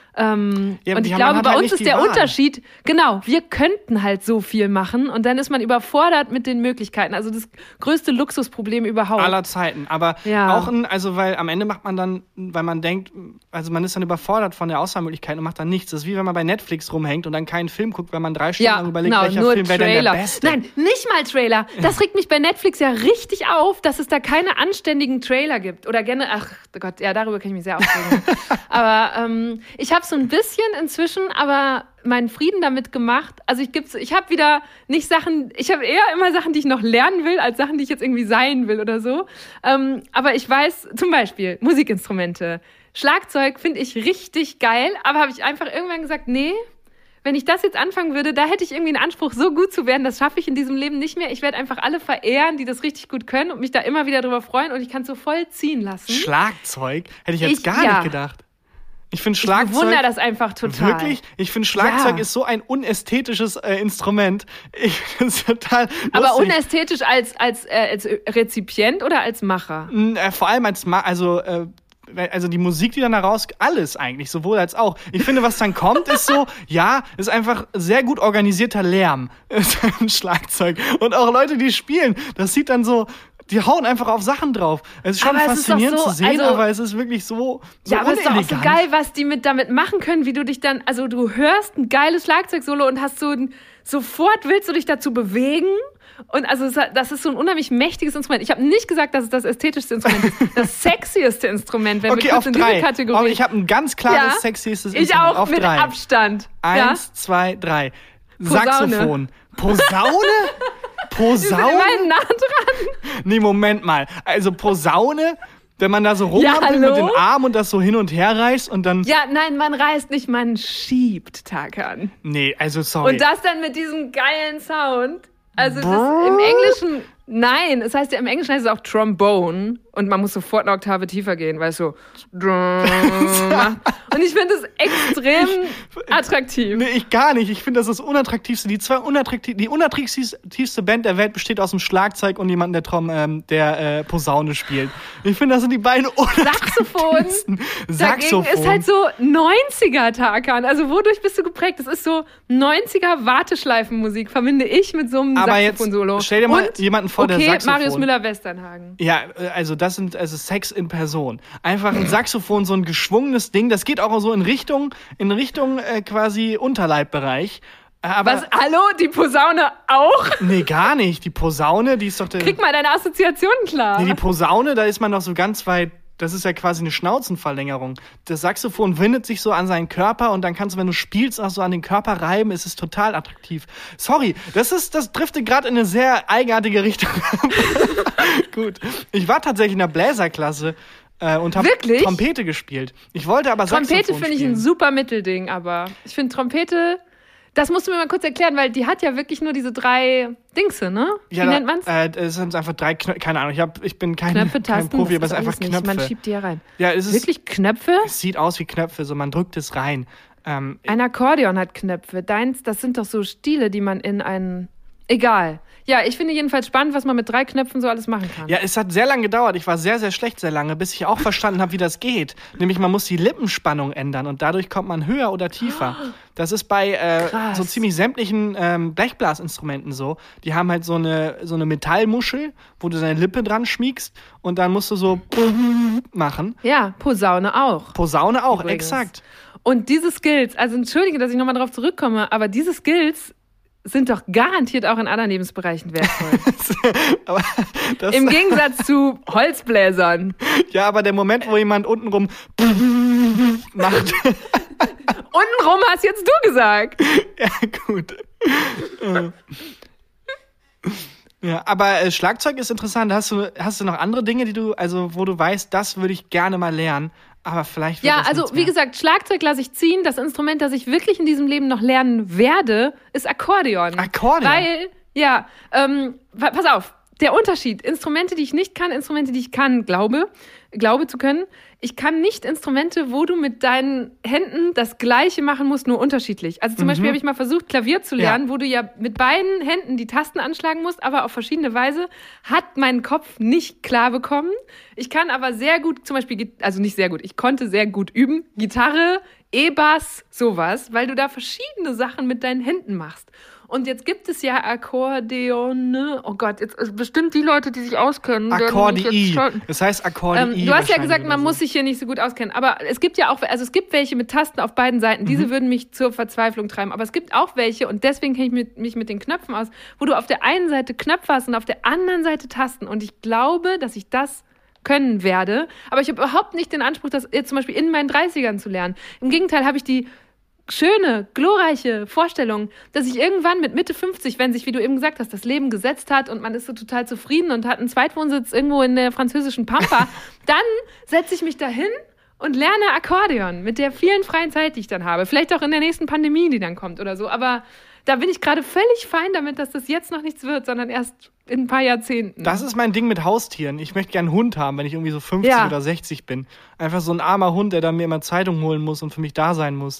Und ich glaube, bei uns ist der Unterschied, genau, wir könnten halt so viel machen und dann ist man überfordert mit den Möglichkeiten. Also das größte Luxusproblem überhaupt. Aller Zeiten. Aber auch, weil am Ende macht man dann, weil man denkt, also man ist dann überfordert von der Auswahlmöglichkeit und macht dann nichts. Das ist wie wenn man bei Netflix rumhängt und dann keinen Film guckt, weil man 3 Stunden lang überlegt, welcher Film wäre denn der beste. Nein, nicht mal Trailer. Das regt mich bei Netflix ja richtig auf, dass es da keine anständigen Trailer gibt. Oder gerne, ach Gott, ja, darüber kann ich mich sehr aufregen. Aber ich habe so ein bisschen inzwischen aber meinen Frieden damit gemacht. Also ich habe wieder nicht Sachen, ich habe eher immer Sachen, die ich noch lernen will, als Sachen, die ich jetzt irgendwie sein will oder so. Aber ich weiß, zum Beispiel Musikinstrumente. Schlagzeug finde ich richtig geil, aber habe ich einfach irgendwann gesagt, nee, wenn ich das jetzt anfangen würde, da hätte ich irgendwie einen Anspruch, so gut zu werden, das schaffe ich in diesem Leben nicht mehr. Ich werde einfach alle verehren, die das richtig gut können und mich da immer wieder drüber freuen und ich kann es so voll ziehen lassen. Schlagzeug? Hätte ich jetzt gar nicht gedacht. Ich finde Schlagzeug... Ich bewundere das einfach total. Wirklich? Ich finde Schlagzeug ist so ein unästhetisches Instrument. Ich finde es total lustig. Aber unästhetisch als Rezipient oder als Macher? Vor allem als Macher, also die Musik, die dann daraus, alles eigentlich, sowohl als auch. Ich finde, was dann kommt, ist so, ist einfach sehr gut organisierter Lärm. Ist ein Schlagzeug. Und auch Leute, die spielen, das sieht dann so, die hauen einfach auf Sachen drauf. Es ist schon faszinierend zu sehen, aber es ist wirklich so aber es ist doch auch so geil, was die damit machen können, wie du dich dann, also du hörst ein geiles Schlagzeugsolo und hast sofort willst du dich dazu bewegen. Und also das ist so ein unheimlich mächtiges Instrument. Ich habe nicht gesagt, dass es das ästhetischste Instrument ist. Das sexieste Instrument, wenn wir kurz in diese Kategorie... Aber ich habe ein ganz klares sexiestes Instrument. Ich auch auf mit 3. Abstand. 1, 2, 3. Saxophon. Posaune? Wir sind immerhin nah dran. Nee, Moment mal. Also Posaune Wenn man da so rumhampelt mit den Armen und das so hin und her reißt und dann... Ja, nein, man reißt nicht, man schiebt, Tarkan. Nee, also sorry. Und das dann mit diesem geilen Sound. Also das im Englischen... Nein, es heißt ja im Englischen heißt es auch Trombone und man muss sofort eine Oktave tiefer gehen, weißt du. Und ich finde es extrem attraktiv. Nee, ich gar nicht. Ich finde, das ist das Unattraktivste. Die unattraktivste Band der Welt besteht aus dem Schlagzeug und jemandem, der Posaune spielt. Ich finde, das sind die beiden unattraktivsten. Saxophon. Dagegen ist halt so 90er, Tarkan. Also wodurch bist du geprägt? Das ist so 90er Warteschleifenmusik, verbinde ich mit so einem Saxophon-Solo. Jetzt stell dir mal jemanden vor, der Saxophon. Marius Müller-Westernhagen. Ja, also das sind Sex in Person. Einfach ein Saxophon, so ein geschwungenes Ding. Das geht auch so in Richtung quasi Unterleibbereich. Aber was, hallo? Die Posaune auch? Nee, gar nicht. Die Posaune, die ist doch... Krieg mal deine Assoziationen klar. Nee, die Posaune, da ist man doch so ganz weit... Das ist ja quasi eine Schnauzenverlängerung. Das Saxophon windet sich so an seinen Körper und dann kannst du, wenn du spielst, auch so an den Körper reiben. Es ist total attraktiv. Sorry, das driftet gerade in eine sehr eigenartige Richtung. Gut. Ich war tatsächlich in der Bläserklasse und habe Trompete gespielt. Ich wollte aber Saxophon Trompete finde ich ein super Mittelding, aber ich finde Trompete... Das musst du mir mal kurz erklären, weil die hat ja wirklich nur diese 3 Dingse, ne? Wie nennt man's? Es sind einfach 3 Knöpfe, keine Ahnung, ich bin kein Profi, aber es ist einfach Knöpfe. Man schiebt die ja rein. Ja, es ist wirklich Knöpfe? Es sieht aus wie Knöpfe, so man drückt es rein. Ein Akkordeon hat Knöpfe. Deins, das sind doch so Stiele, die man in einen... Egal. Ja, ich finde jedenfalls spannend, was man mit 3 Knöpfen so alles machen kann. Ja, es hat sehr lange gedauert. Ich war sehr, sehr schlecht sehr lange, bis ich auch verstanden habe, wie das geht. Nämlich, man muss die Lippenspannung ändern und dadurch kommt man höher oder tiefer. Das ist bei so ziemlich sämtlichen Blechblasinstrumenten so. Die haben halt so eine Metallmuschel, wo du deine Lippe dran schmiegst und dann musst du so machen. Ja, Posaune auch. Posaune auch, übrigens. Exakt. Und diese Skills, also entschuldige, dass ich nochmal drauf zurückkomme, aber diese Skills sind doch garantiert auch in anderen Lebensbereichen wertvoll. Aber im Gegensatz zu Holzbläsern. Ja, aber der Moment, wo jemand untenrum macht. Untenrum hast jetzt du gesagt. Ja, gut. Ja, aber Schlagzeug ist interessant. Hast du noch andere Dinge, wo du weißt, das würde ich gerne mal lernen? Aber vielleicht wird das also wie gesagt, Schlagzeug lasse ich ziehen. Das Instrument, das ich wirklich in diesem Leben noch lernen werde, ist Akkordeon. Akkordeon? Weil, pass auf, der Unterschied. Instrumente, die ich nicht kann, Instrumente, die ich kann, glaube zu können. Ich kann nicht Instrumente, wo du mit deinen Händen das Gleiche machen musst, nur unterschiedlich. Also zum Beispiel habe ich mal versucht, Klavier zu lernen, wo du ja mit beiden Händen die Tasten anschlagen musst, aber auf verschiedene Weise. Hat mein Kopf nicht klar bekommen. Ich kann aber sehr gut, zum Beispiel, also nicht sehr gut, ich konnte sehr gut üben. Gitarre, E-Bass, sowas, weil du da verschiedene Sachen mit deinen Händen machst. Und jetzt gibt es ja Akkordeone. Oh Gott, jetzt bestimmt die Leute, die sich auskennen. Akkordii. Das heißt Akkordii. Du hast ja gesagt, man muss sich hier nicht so gut auskennen. Aber es gibt ja auch, also es gibt welche mit Tasten auf beiden Seiten. Diese würden mich zur Verzweiflung treiben. Aber es gibt auch welche, und deswegen kenne ich mich mit den Knöpfen aus, wo du auf der einen Seite Knöpfe hast und auf der anderen Seite Tasten. Und ich glaube, dass ich das können werde. Aber ich habe überhaupt nicht den Anspruch, das jetzt zum Beispiel in meinen 30ern zu lernen. Im Gegenteil habe ich die schöne, glorreiche Vorstellung, dass ich irgendwann mit Mitte 50, wenn sich, wie du eben gesagt hast, das Leben gesetzt hat und man ist so total zufrieden und hat einen Zweitwohnsitz irgendwo in der französischen Pampa, dann setze ich mich dahin und lerne Akkordeon mit der vielen freien Zeit, die ich dann habe. Vielleicht auch in der nächsten Pandemie, die dann kommt oder so. Aber da bin ich gerade völlig fein damit, dass das jetzt noch nichts wird, sondern erst in ein paar Jahrzehnten. Das ist mein Ding mit Haustieren. Ich möchte gerne einen Hund haben, wenn ich irgendwie so 50 oder 60 bin. Einfach so ein armer Hund, der dann mir immer Zeitung holen muss und für mich da sein muss.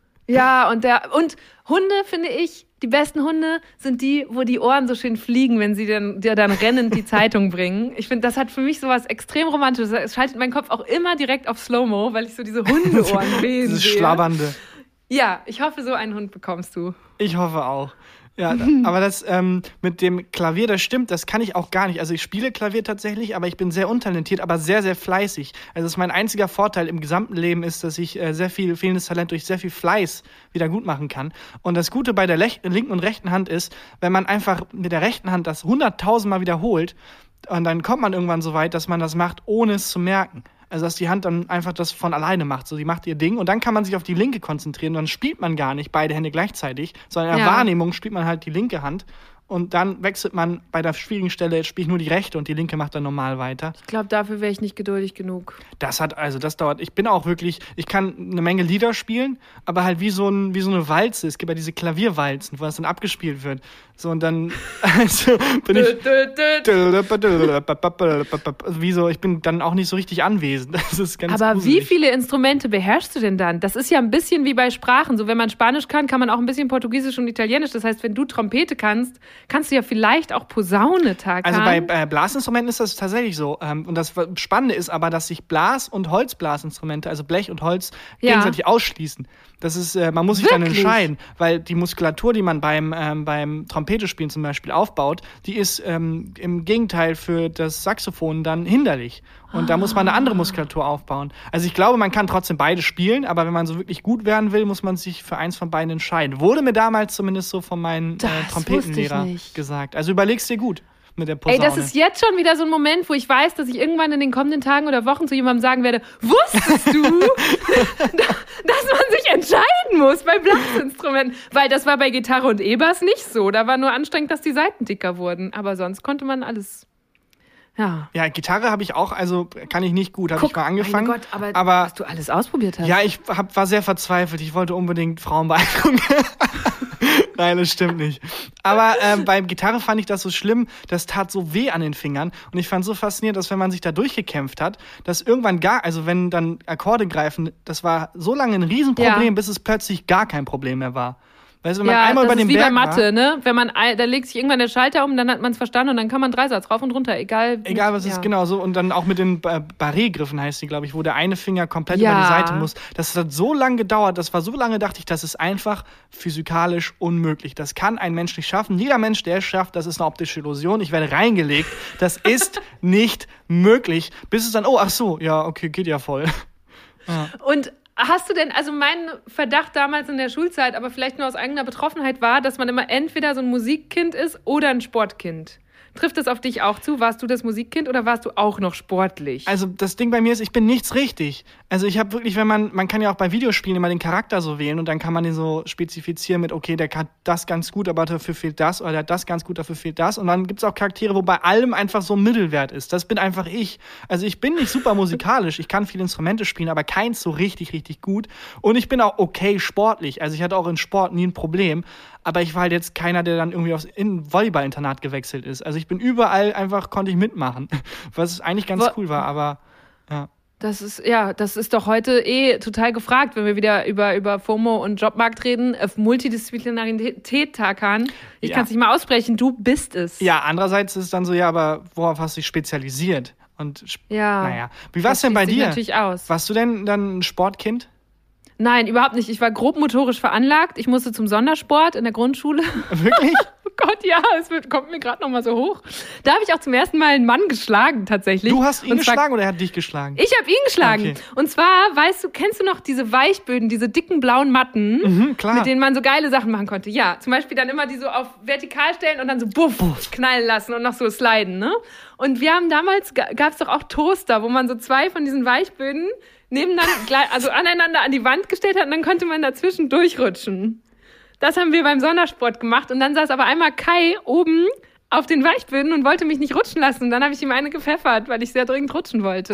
Ja, und Hunde, finde ich, die besten Hunde sind die, wo die Ohren so schön fliegen, wenn sie dir dann rennend die Zeitung bringen. Ich finde, das hat für mich sowas extrem Romantisches. Es schaltet meinen Kopf auch immer direkt auf Slow-Mo, weil ich so diese Hundeohren sehe. Dieses Schlabbernde. Ja, ich hoffe, so einen Hund bekommst du. Ich hoffe auch. Ja, aber das mit dem Klavier, das stimmt, das kann ich auch gar nicht. Also ich spiele Klavier tatsächlich, aber ich bin sehr untalentiert, aber sehr, sehr fleißig. Also das ist mein einziger Vorteil im gesamten Leben ist, dass ich sehr viel fehlendes Talent durch sehr viel Fleiß wieder gut machen kann. Und das Gute bei der linken und rechten Hand ist, wenn man einfach mit der rechten Hand das 100.000 Mal wiederholt, und dann kommt man irgendwann so weit, dass man das macht, ohne es zu merken. Also, dass die Hand dann einfach das von alleine macht. So, die macht ihr Ding und dann kann man sich auf die linke konzentrieren. Und dann spielt man gar nicht beide Hände gleichzeitig, sondern in der Wahrnehmung spielt man halt die linke Hand. und dann wechselt man bei der schwierigen Stelle, jetzt spiele ich nur die rechte und die linke macht dann normal weiter. Ich glaube, dafür wäre ich nicht geduldig genug. Das dauert. Ich bin auch wirklich, ich kann eine Menge Lieder spielen, aber halt wie so eine Walze. Es gibt ja diese Klavierwalzen, wo das dann abgespielt wird. So, und dann bin ich ich bin dann auch nicht so richtig anwesend. Das ist ganz Aber gruselig. wie viele Instrumente beherrschst du denn dann? Das ist ja ein bisschen wie bei Sprachen. So, wenn man Spanisch kann man auch ein bisschen Portugiesisch und Italienisch. Das heißt, wenn du Trompete kannst du ja vielleicht auch Posaune tackern. Also bei Blasinstrumenten ist das tatsächlich so. Und das Spannende ist aber, dass sich Blas- und Holzblasinstrumente, also Blech und Holz, gegenseitig ausschließen. Das ist, man muss sich dann entscheiden, weil die Muskulatur, die man beim Trompetespielen zum Beispiel aufbaut, die ist im Gegenteil für das Saxophon dann hinderlich. Und da muss man eine andere Muskulatur aufbauen. Also ich glaube, man kann trotzdem beide spielen, aber wenn man so wirklich gut werden will, muss man sich für eins von beiden entscheiden. Wurde mir damals zumindest so von meinem Trompetenlehrer gesagt. Also überleg's dir gut mit der Posaune. Ey, das ist jetzt schon wieder so ein Moment, wo ich weiß, dass ich irgendwann in den kommenden Tagen oder Wochen zu jemandem sagen werde, wusstest du, dass man sich entscheiden muss bei Blasinstrumenten? Weil das war bei Gitarre und E-Bass nicht so. Da war nur anstrengend, dass die Saiten dicker wurden. Aber sonst konnte man alles... Ja, Gitarre habe ich auch, also kann ich nicht gut, habe ich mal angefangen. Mein Gott, aber was du alles ausprobiert hast. Ja, ich war sehr verzweifelt, ich wollte unbedingt Frauen beeindrucken. Nein, das stimmt nicht. Aber beim Gitarre fand ich das so schlimm, das tat so weh an den Fingern und ich fand so faszinierend, dass wenn man sich da durchgekämpft hat, dass irgendwann also wenn dann Akkorde greifen, das war so lange ein Riesenproblem, bis es plötzlich gar kein Problem mehr war. Weißt du, wenn man einmal über den Berg war, wie bei Mathe, ne? Wenn man, da legt sich irgendwann der Schalter um, dann hat man es verstanden und dann kann man Dreisatz rauf und runter, egal was ist, genau so. Und dann auch mit den Barré-Griffen heißt die, glaube ich, wo der eine Finger komplett über die Seite muss. Das hat so lange gedauert, dachte ich, das ist einfach physikalisch unmöglich. Das kann ein Mensch nicht schaffen. Jeder Mensch, der es schafft, das ist eine optische Illusion. Ich werde reingelegt. Das ist nicht möglich. Bis es dann, geht ja voll. Ja. Und hast du denn, also mein Verdacht damals in der Schulzeit, aber vielleicht nur aus eigener Betroffenheit war, dass man immer entweder so ein Musikkind ist oder ein Sportkind. Trifft das auf dich auch zu? Warst du das Musikkind oder warst du auch noch sportlich? Also das Ding bei mir ist, ich bin nichts richtig. Also ich habe wirklich, man kann ja auch bei Videospielen immer den Charakter so wählen und dann kann man den so spezifizieren mit, okay, der kann das ganz gut, aber dafür fehlt das, oder der hat das ganz gut, dafür fehlt das. Und dann gibt's auch Charaktere, wo bei allem einfach so ein Mittelwert ist. Das bin einfach ich. Also ich bin nicht super musikalisch, ich kann viele Instrumente spielen, aber keins so richtig, richtig gut. Und ich bin auch okay sportlich. Also ich hatte auch in Sport nie ein Problem. Aber ich war halt jetzt keiner, der dann irgendwie aufs Volleyball-Internat gewechselt ist. Also ich bin überall konnte ich mitmachen. Was eigentlich ganz cool war, aber ja. Das ist doch heute total gefragt, wenn wir wieder über FOMO und Jobmarkt reden, Multidisziplinarität tackern. Ich kann es nicht mal aussprechen, du bist es. Ja, andererseits ist es dann so, aber worauf hast du dich spezialisiert? Und naja. Wie war es denn bei dir? Natürlich aus. Warst du denn dann ein Sportkind? Nein, überhaupt nicht. Ich war grob motorisch veranlagt. Ich musste zum Sondersport in der Grundschule. Wirklich? Oh Gott, ja, kommt mir gerade noch mal so hoch. Da habe ich auch zum ersten Mal einen Mann geschlagen, tatsächlich. Du hast ihn geschlagen oder er hat dich geschlagen? Ich habe ihn geschlagen. Okay. Und zwar, kennst du noch diese Weichböden, diese dicken blauen Matten, klar. Mit denen man so geile Sachen machen konnte? Ja, zum Beispiel dann immer die so auf vertikal stellen und dann so buff knallen lassen und noch so sliden, ne? Und wir haben damals, gab es doch auch Toaster, wo man so 2 von diesen Weichböden aneinander an die Wand gestellt hat und dann konnte man dazwischen durchrutschen. Das haben wir beim Sondersport gemacht und dann saß aber einmal Kai oben auf den Weichböden und wollte mich nicht rutschen lassen und dann habe ich ihm eine gepfeffert, weil ich sehr dringend rutschen wollte.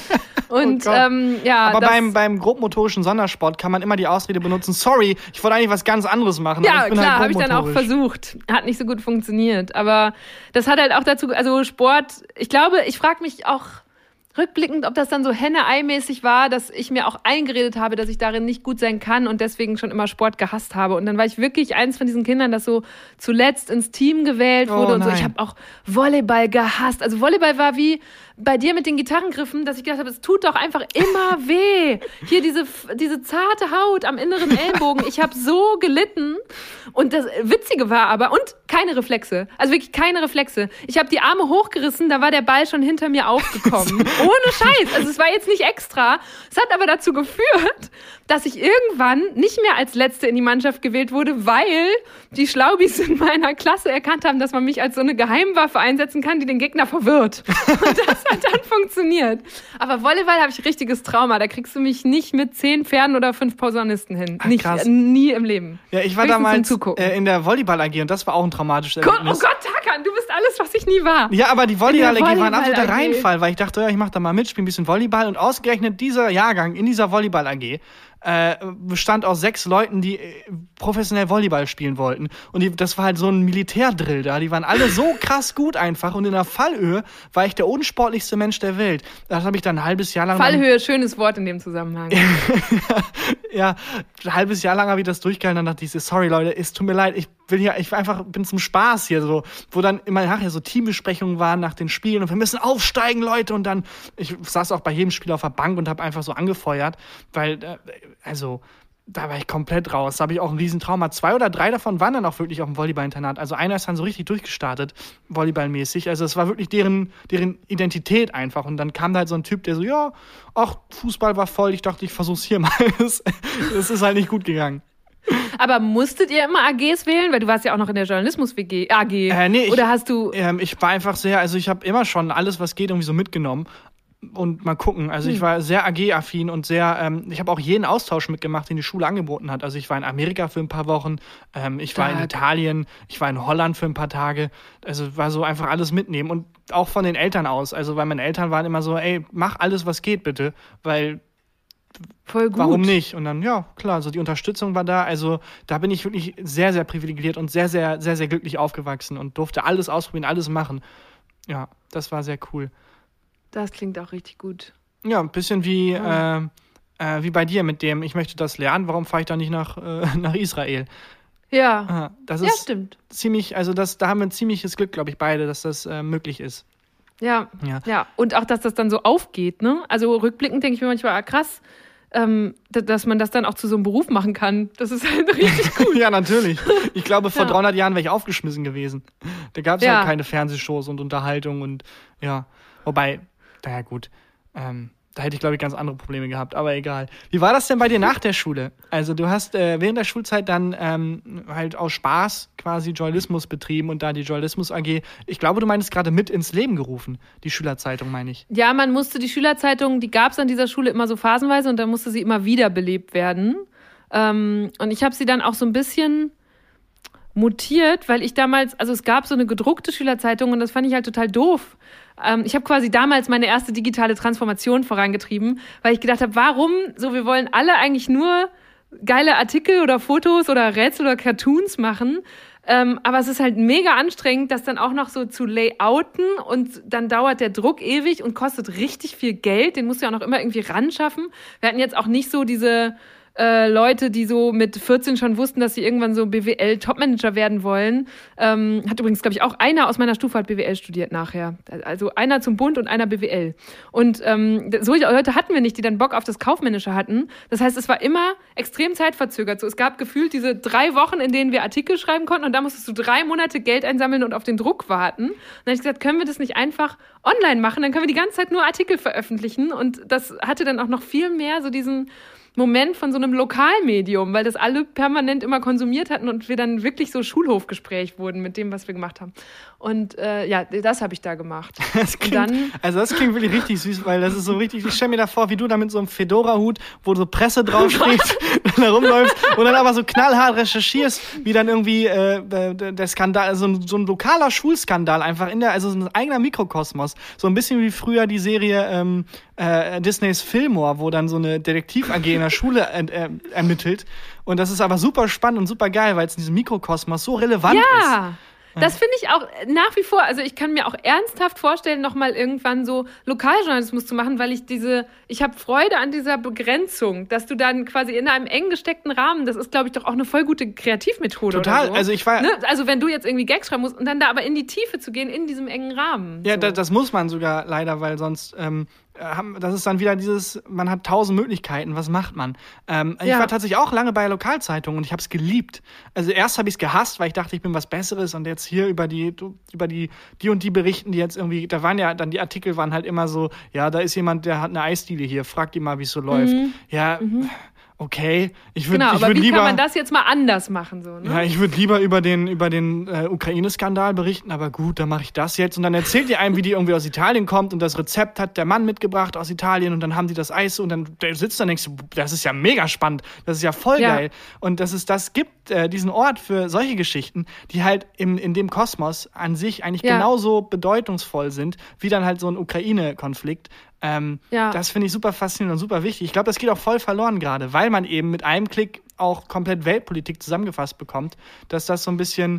Und aber beim grobmotorischen Sondersport kann man immer die Ausrede benutzen, sorry, ich wollte eigentlich was ganz anderes machen. Ja, klar, habe ich dann auch versucht. Hat nicht so gut funktioniert, aber das hat halt auch dazu, also Sport, ich glaube, ich frage mich auch rückblickend, ob das dann so Henne-Ei-mäßig war, dass ich mir auch eingeredet habe, dass ich darin nicht gut sein kann und deswegen schon immer Sport gehasst habe. Und dann war ich wirklich eins von diesen Kindern, das so zuletzt ins Team gewählt wurde und so. Ich habe auch Volleyball gehasst. Also Volleyball war wie bei dir mit den Gitarrengriffen, dass ich gedacht habe, es tut doch einfach immer weh. Hier diese zarte Haut am inneren Ellbogen. Ich habe so gelitten. Und das Witzige war aber, und keine Reflexe. Also wirklich keine Reflexe. Ich habe die Arme hochgerissen, da war der Ball schon hinter mir aufgekommen. Ohne Scheiß. Also es war jetzt nicht extra. Es hat aber dazu geführt, dass ich irgendwann nicht mehr als Letzte in die Mannschaft gewählt wurde, weil die Schlaubis in meiner Klasse erkannt haben, dass man mich als so eine Geheimwaffe einsetzen kann, die den Gegner verwirrt. Und das hat dann funktioniert. Aber Volleyball habe ich richtiges Trauma. Da kriegst du mich nicht mit 10 Pferden oder 5 Posaunisten hin. Ach, krass. Nie im Leben. Ja, ich war damals in der Volleyball AG und das war auch ein traumatisches Oh Erlebnis. Gott, Tarkan, du bist alles, was ich nie war. Ja, aber die Volleyball-AG war ein absoluter Volleyball-AG. Reinfall, weil ich dachte, ja, ich mache da mal mit, spiele ein bisschen Volleyball. Und ausgerechnet dieser Jahrgang in dieser Volleyball-AG bestand aus 6 Leuten, die professionell Volleyball spielen wollten. Und das war halt so ein Militärdrill da. Die waren alle so krass gut einfach. Und in der Fallhöhe war ich der unsportlichste Mensch der Welt. Das habe ich dann ein halbes Jahr lang... Fallhöhe, schönes Wort in dem Zusammenhang. Ja, ein halbes Jahr lang habe ich das durchgehalten. Dann dachte ich, sorry Leute, es tut mir leid, ich bin zum Spaß hier so, wo dann immer nachher so Teambesprechungen waren nach den Spielen und wir müssen aufsteigen, Leute. Und dann, ich saß auch bei jedem Spiel auf der Bank und habe einfach so angefeuert, weil, da war ich komplett raus. Da habe ich auch ein Riesentrauma. 2 oder 3 davon waren dann auch wirklich auf dem Volleyball-Internat. Also einer ist dann so richtig durchgestartet, volleyballmäßig. Also es war wirklich deren Identität einfach. Und dann kam da halt so ein Typ, der so, ja, ach, Fußball war voll. Ich dachte, ich versuch's hier mal. Das ist halt nicht gut gegangen. Aber musstet ihr immer AGs wählen? Weil du warst ja auch noch in der Journalismus-AG. Nee, Oder hast du... ich war einfach ich habe immer schon alles, was geht, irgendwie so mitgenommen. Und mal gucken. Also ich war sehr AG-affin und sehr, ich habe auch jeden Austausch mitgemacht, den die Schule angeboten hat. Also ich war in Amerika für ein paar Wochen, ich war in Italien, ich war in Holland für ein paar Tage. Also war so einfach alles mitnehmen und auch von den Eltern aus. Also weil meine Eltern waren immer so, ey, mach alles, was geht, bitte. Weil voll gut. Warum nicht? Und dann, ja, klar, so die Unterstützung war da. Also da bin ich wirklich sehr, sehr privilegiert und sehr, sehr, sehr, sehr glücklich aufgewachsen und durfte alles ausprobieren, alles machen. Ja, das war sehr cool. Das klingt auch richtig gut. Ja, ein bisschen wie bei dir mit dem, ich möchte das lernen, warum fahre ich da nicht nach Israel? Ja, das ja, ist stimmt. ziemlich, also da haben wir ein ziemliches Glück, glaube ich, beide, dass das möglich ist. Ja. Und auch, dass das dann so aufgeht, ne? Also rückblickend denke ich mir manchmal, krass, dass man das dann auch zu so einem Beruf machen kann. Das ist halt richtig cool. Ja, natürlich. Ich glaube, vor 300 Jahren wäre ich aufgeschmissen gewesen. Da gab es halt keine Fernsehshows und Unterhaltung und ja, wobei, naja gut, da hätte ich, glaube ich, ganz andere Probleme gehabt, aber egal. Wie war das denn bei dir nach der Schule? Also du hast während der Schulzeit dann halt aus Spaß quasi Journalismus betrieben und da die Journalismus AG, ich glaube, du meinst gerade mit ins Leben gerufen, die Schülerzeitung, meine ich. Ja, man musste die Schülerzeitung, die gab es an dieser Schule immer so phasenweise und dann musste sie immer wieder belebt werden. Und ich habe sie dann auch so ein bisschen mutiert, weil ich damals, also es gab so eine gedruckte Schülerzeitung und das fand ich halt total doof. Ich habe quasi damals meine erste digitale Transformation vorangetrieben, weil ich gedacht habe, warum so, wir wollen alle eigentlich nur geile Artikel oder Fotos oder Rätsel oder Cartoons machen, aber es ist halt mega anstrengend, das dann auch noch so zu layouten und dann dauert der Druck ewig und kostet richtig viel Geld, den musst du ja auch noch immer irgendwie ran schaffen. Wir hatten jetzt auch nicht so diese Leute, die so mit 14 schon wussten, dass sie irgendwann so BWL-Topmanager werden wollen. Hat übrigens, glaube ich, auch einer aus meiner Stufe hat BWL studiert nachher. Also einer zum Bund und einer BWL. Und solche Leute hatten wir nicht, die dann Bock auf das Kaufmännische hatten. Das heißt, es war immer extrem zeitverzögert. So, es gab gefühlt diese 3 Wochen, in denen wir Artikel schreiben konnten und da musstest du 3 Monate Geld einsammeln und auf den Druck warten. Und dann habe ich gesagt, können wir das nicht einfach online machen? Dann können wir die ganze Zeit nur Artikel veröffentlichen. Und das hatte dann auch noch viel mehr so diesen Moment von so einem Lokalmedium, weil das alle permanent immer konsumiert hatten und wir dann wirklich so Schulhofgespräch wurden mit dem, was wir gemacht haben. Und das habe ich da gemacht. Das klingt wirklich richtig süß, weil das ist so richtig, ich stelle mir da vor, wie du da mit so einem Fedora-Hut, wo so Presse draufsteht, da rumläufst und dann aber so knallhart recherchierst, wie dann irgendwie der Skandal, so ein lokaler Schulskandal einfach also so ein eigener Mikrokosmos. So ein bisschen wie früher die Serie Disneys Fillmore, wo dann so eine Detektiv-AG in der Schule ermittelt. Und das ist aber super spannend und super geil, weil es in diesem Mikrokosmos so relevant ist. Ja, das finde ich auch nach wie vor, also ich kann mir auch ernsthaft vorstellen, nochmal irgendwann so Lokaljournalismus zu machen, weil ich habe Freude an dieser Begrenzung, dass du dann quasi in einem eng gesteckten Rahmen, das ist, glaube ich, doch auch eine voll gute Kreativmethode. Total, oder so. also also wenn du jetzt irgendwie Gags schreiben musst und dann da aber in die Tiefe zu gehen, in diesem engen Rahmen. Ja, so. das muss man sogar leider, weil sonst das ist dann wieder man hat 1000 Möglichkeiten, was macht man? Ich war tatsächlich auch lange bei der Lokalzeitung und ich habe es geliebt. Also erst habe ich es gehasst, weil ich dachte, ich bin was Besseres und jetzt hier über die und die berichten, die jetzt irgendwie, da waren ja dann die Artikel waren halt immer so, ja, da ist jemand, der hat eine Eisdiele hier, fragt ihn mal, wie es so läuft. Ja, okay, ich Genau, aber wie lieber, kann man das jetzt mal anders machen? So, ne? ja, ich würde lieber über den Ukraine-Skandal berichten, aber gut, dann mache ich das jetzt. Und dann erzählt ihr einem, wie die irgendwie aus Italien kommt und das Rezept hat der Mann mitgebracht aus Italien und dann haben die das Eis und dann der sitzt da und denkst du, das ist ja mega spannend, das ist ja voll geil. Und dass es das gibt, diesen Ort für solche Geschichten, die halt in dem Kosmos an sich eigentlich genauso bedeutungsvoll sind, wie dann halt so ein Ukraine-Konflikt. Das finde ich super faszinierend und super wichtig. Ich glaube, das geht auch voll verloren gerade, weil man eben mit einem Klick auch komplett Weltpolitik zusammengefasst bekommt, dass das so ein bisschen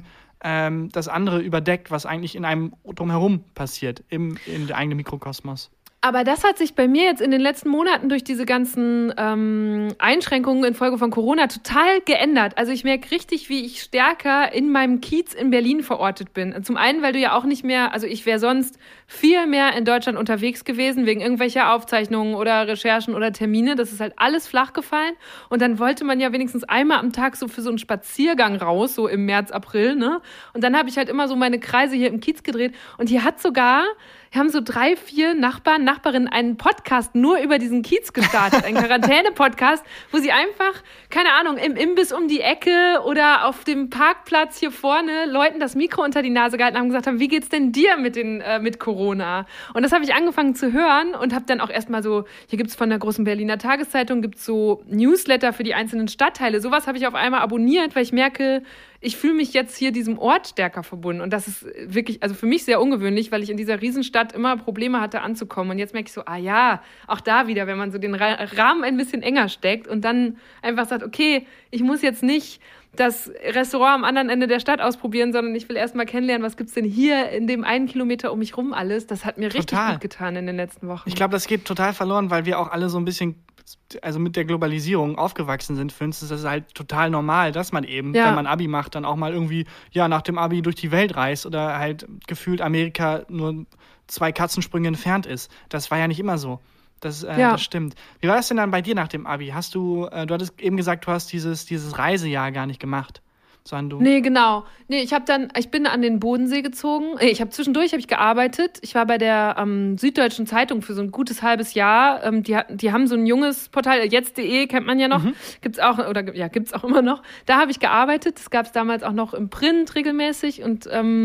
das andere überdeckt, was eigentlich in einem drumherum passiert, in der eigenen Mikrokosmos. Aber das hat sich bei mir jetzt in den letzten Monaten durch diese ganzen Einschränkungen infolge von Corona total geändert. Also ich merke richtig, wie ich stärker in meinem Kiez in Berlin verortet bin. Zum einen, weil du ja auch nicht mehr, also ich wäre sonst viel mehr in Deutschland unterwegs gewesen, wegen irgendwelcher Aufzeichnungen oder Recherchen oder Termine. Das ist halt alles flach gefallen. Und dann wollte man ja wenigstens einmal am Tag so für so einen Spaziergang raus, so im März, April, ne? Und dann habe ich halt immer so meine Kreise hier im Kiez gedreht. Und hier haben so 3, 4 Nachbarinnen einen Podcast nur über diesen Kiez gestartet, einen Quarantäne-Podcast, wo sie einfach, keine Ahnung, im Imbiss um die Ecke oder auf dem Parkplatz hier vorne Leuten das Mikro unter die Nase gehalten haben und gesagt haben, wie geht's denn dir mit Corona? Und das habe ich angefangen zu hören und habe dann auch erstmal so, hier gibt's von der großen Berliner Tageszeitung, gibt's so Newsletter für die einzelnen Stadtteile. Sowas habe ich auf einmal abonniert, weil ich merke, ich fühle mich jetzt hier diesem Ort stärker verbunden. Und das ist wirklich, also für mich sehr ungewöhnlich, weil ich in dieser Riesenstadt immer Probleme hatte anzukommen. Und jetzt merke ich so, auch da wieder, wenn man so den Rahmen ein bisschen enger steckt und dann einfach sagt, okay, ich muss jetzt nicht das Restaurant am anderen Ende der Stadt ausprobieren, sondern ich will erst mal kennenlernen, was gibt's denn hier in dem 1 Kilometer um mich rum alles. Das hat mir richtig gut getan in den letzten Wochen. Ich glaube, das geht total verloren, weil wir auch alle so ein bisschen mit der Globalisierung aufgewachsen sind. Für uns ist das halt total normal, dass man eben, wenn man Abi macht, dann auch mal irgendwie, nach dem Abi durch die Welt reist oder halt gefühlt Amerika nur 2 Katzensprünge entfernt ist. Das war ja nicht immer so. Das stimmt. Wie war das denn dann bei dir nach dem Abi? Du hattest eben gesagt, du hast dieses Reisejahr gar nicht gemacht. Nee, genau. Nee, ich bin an den Bodensee gezogen. Zwischendurch habe ich gearbeitet. Ich war bei der Süddeutschen Zeitung für so ein gutes halbes Jahr. Die haben so ein junges Portal, jetzt.de kennt man ja noch. Gibt's auch immer noch. Da habe ich gearbeitet. Das gab es damals auch noch im Print regelmäßig und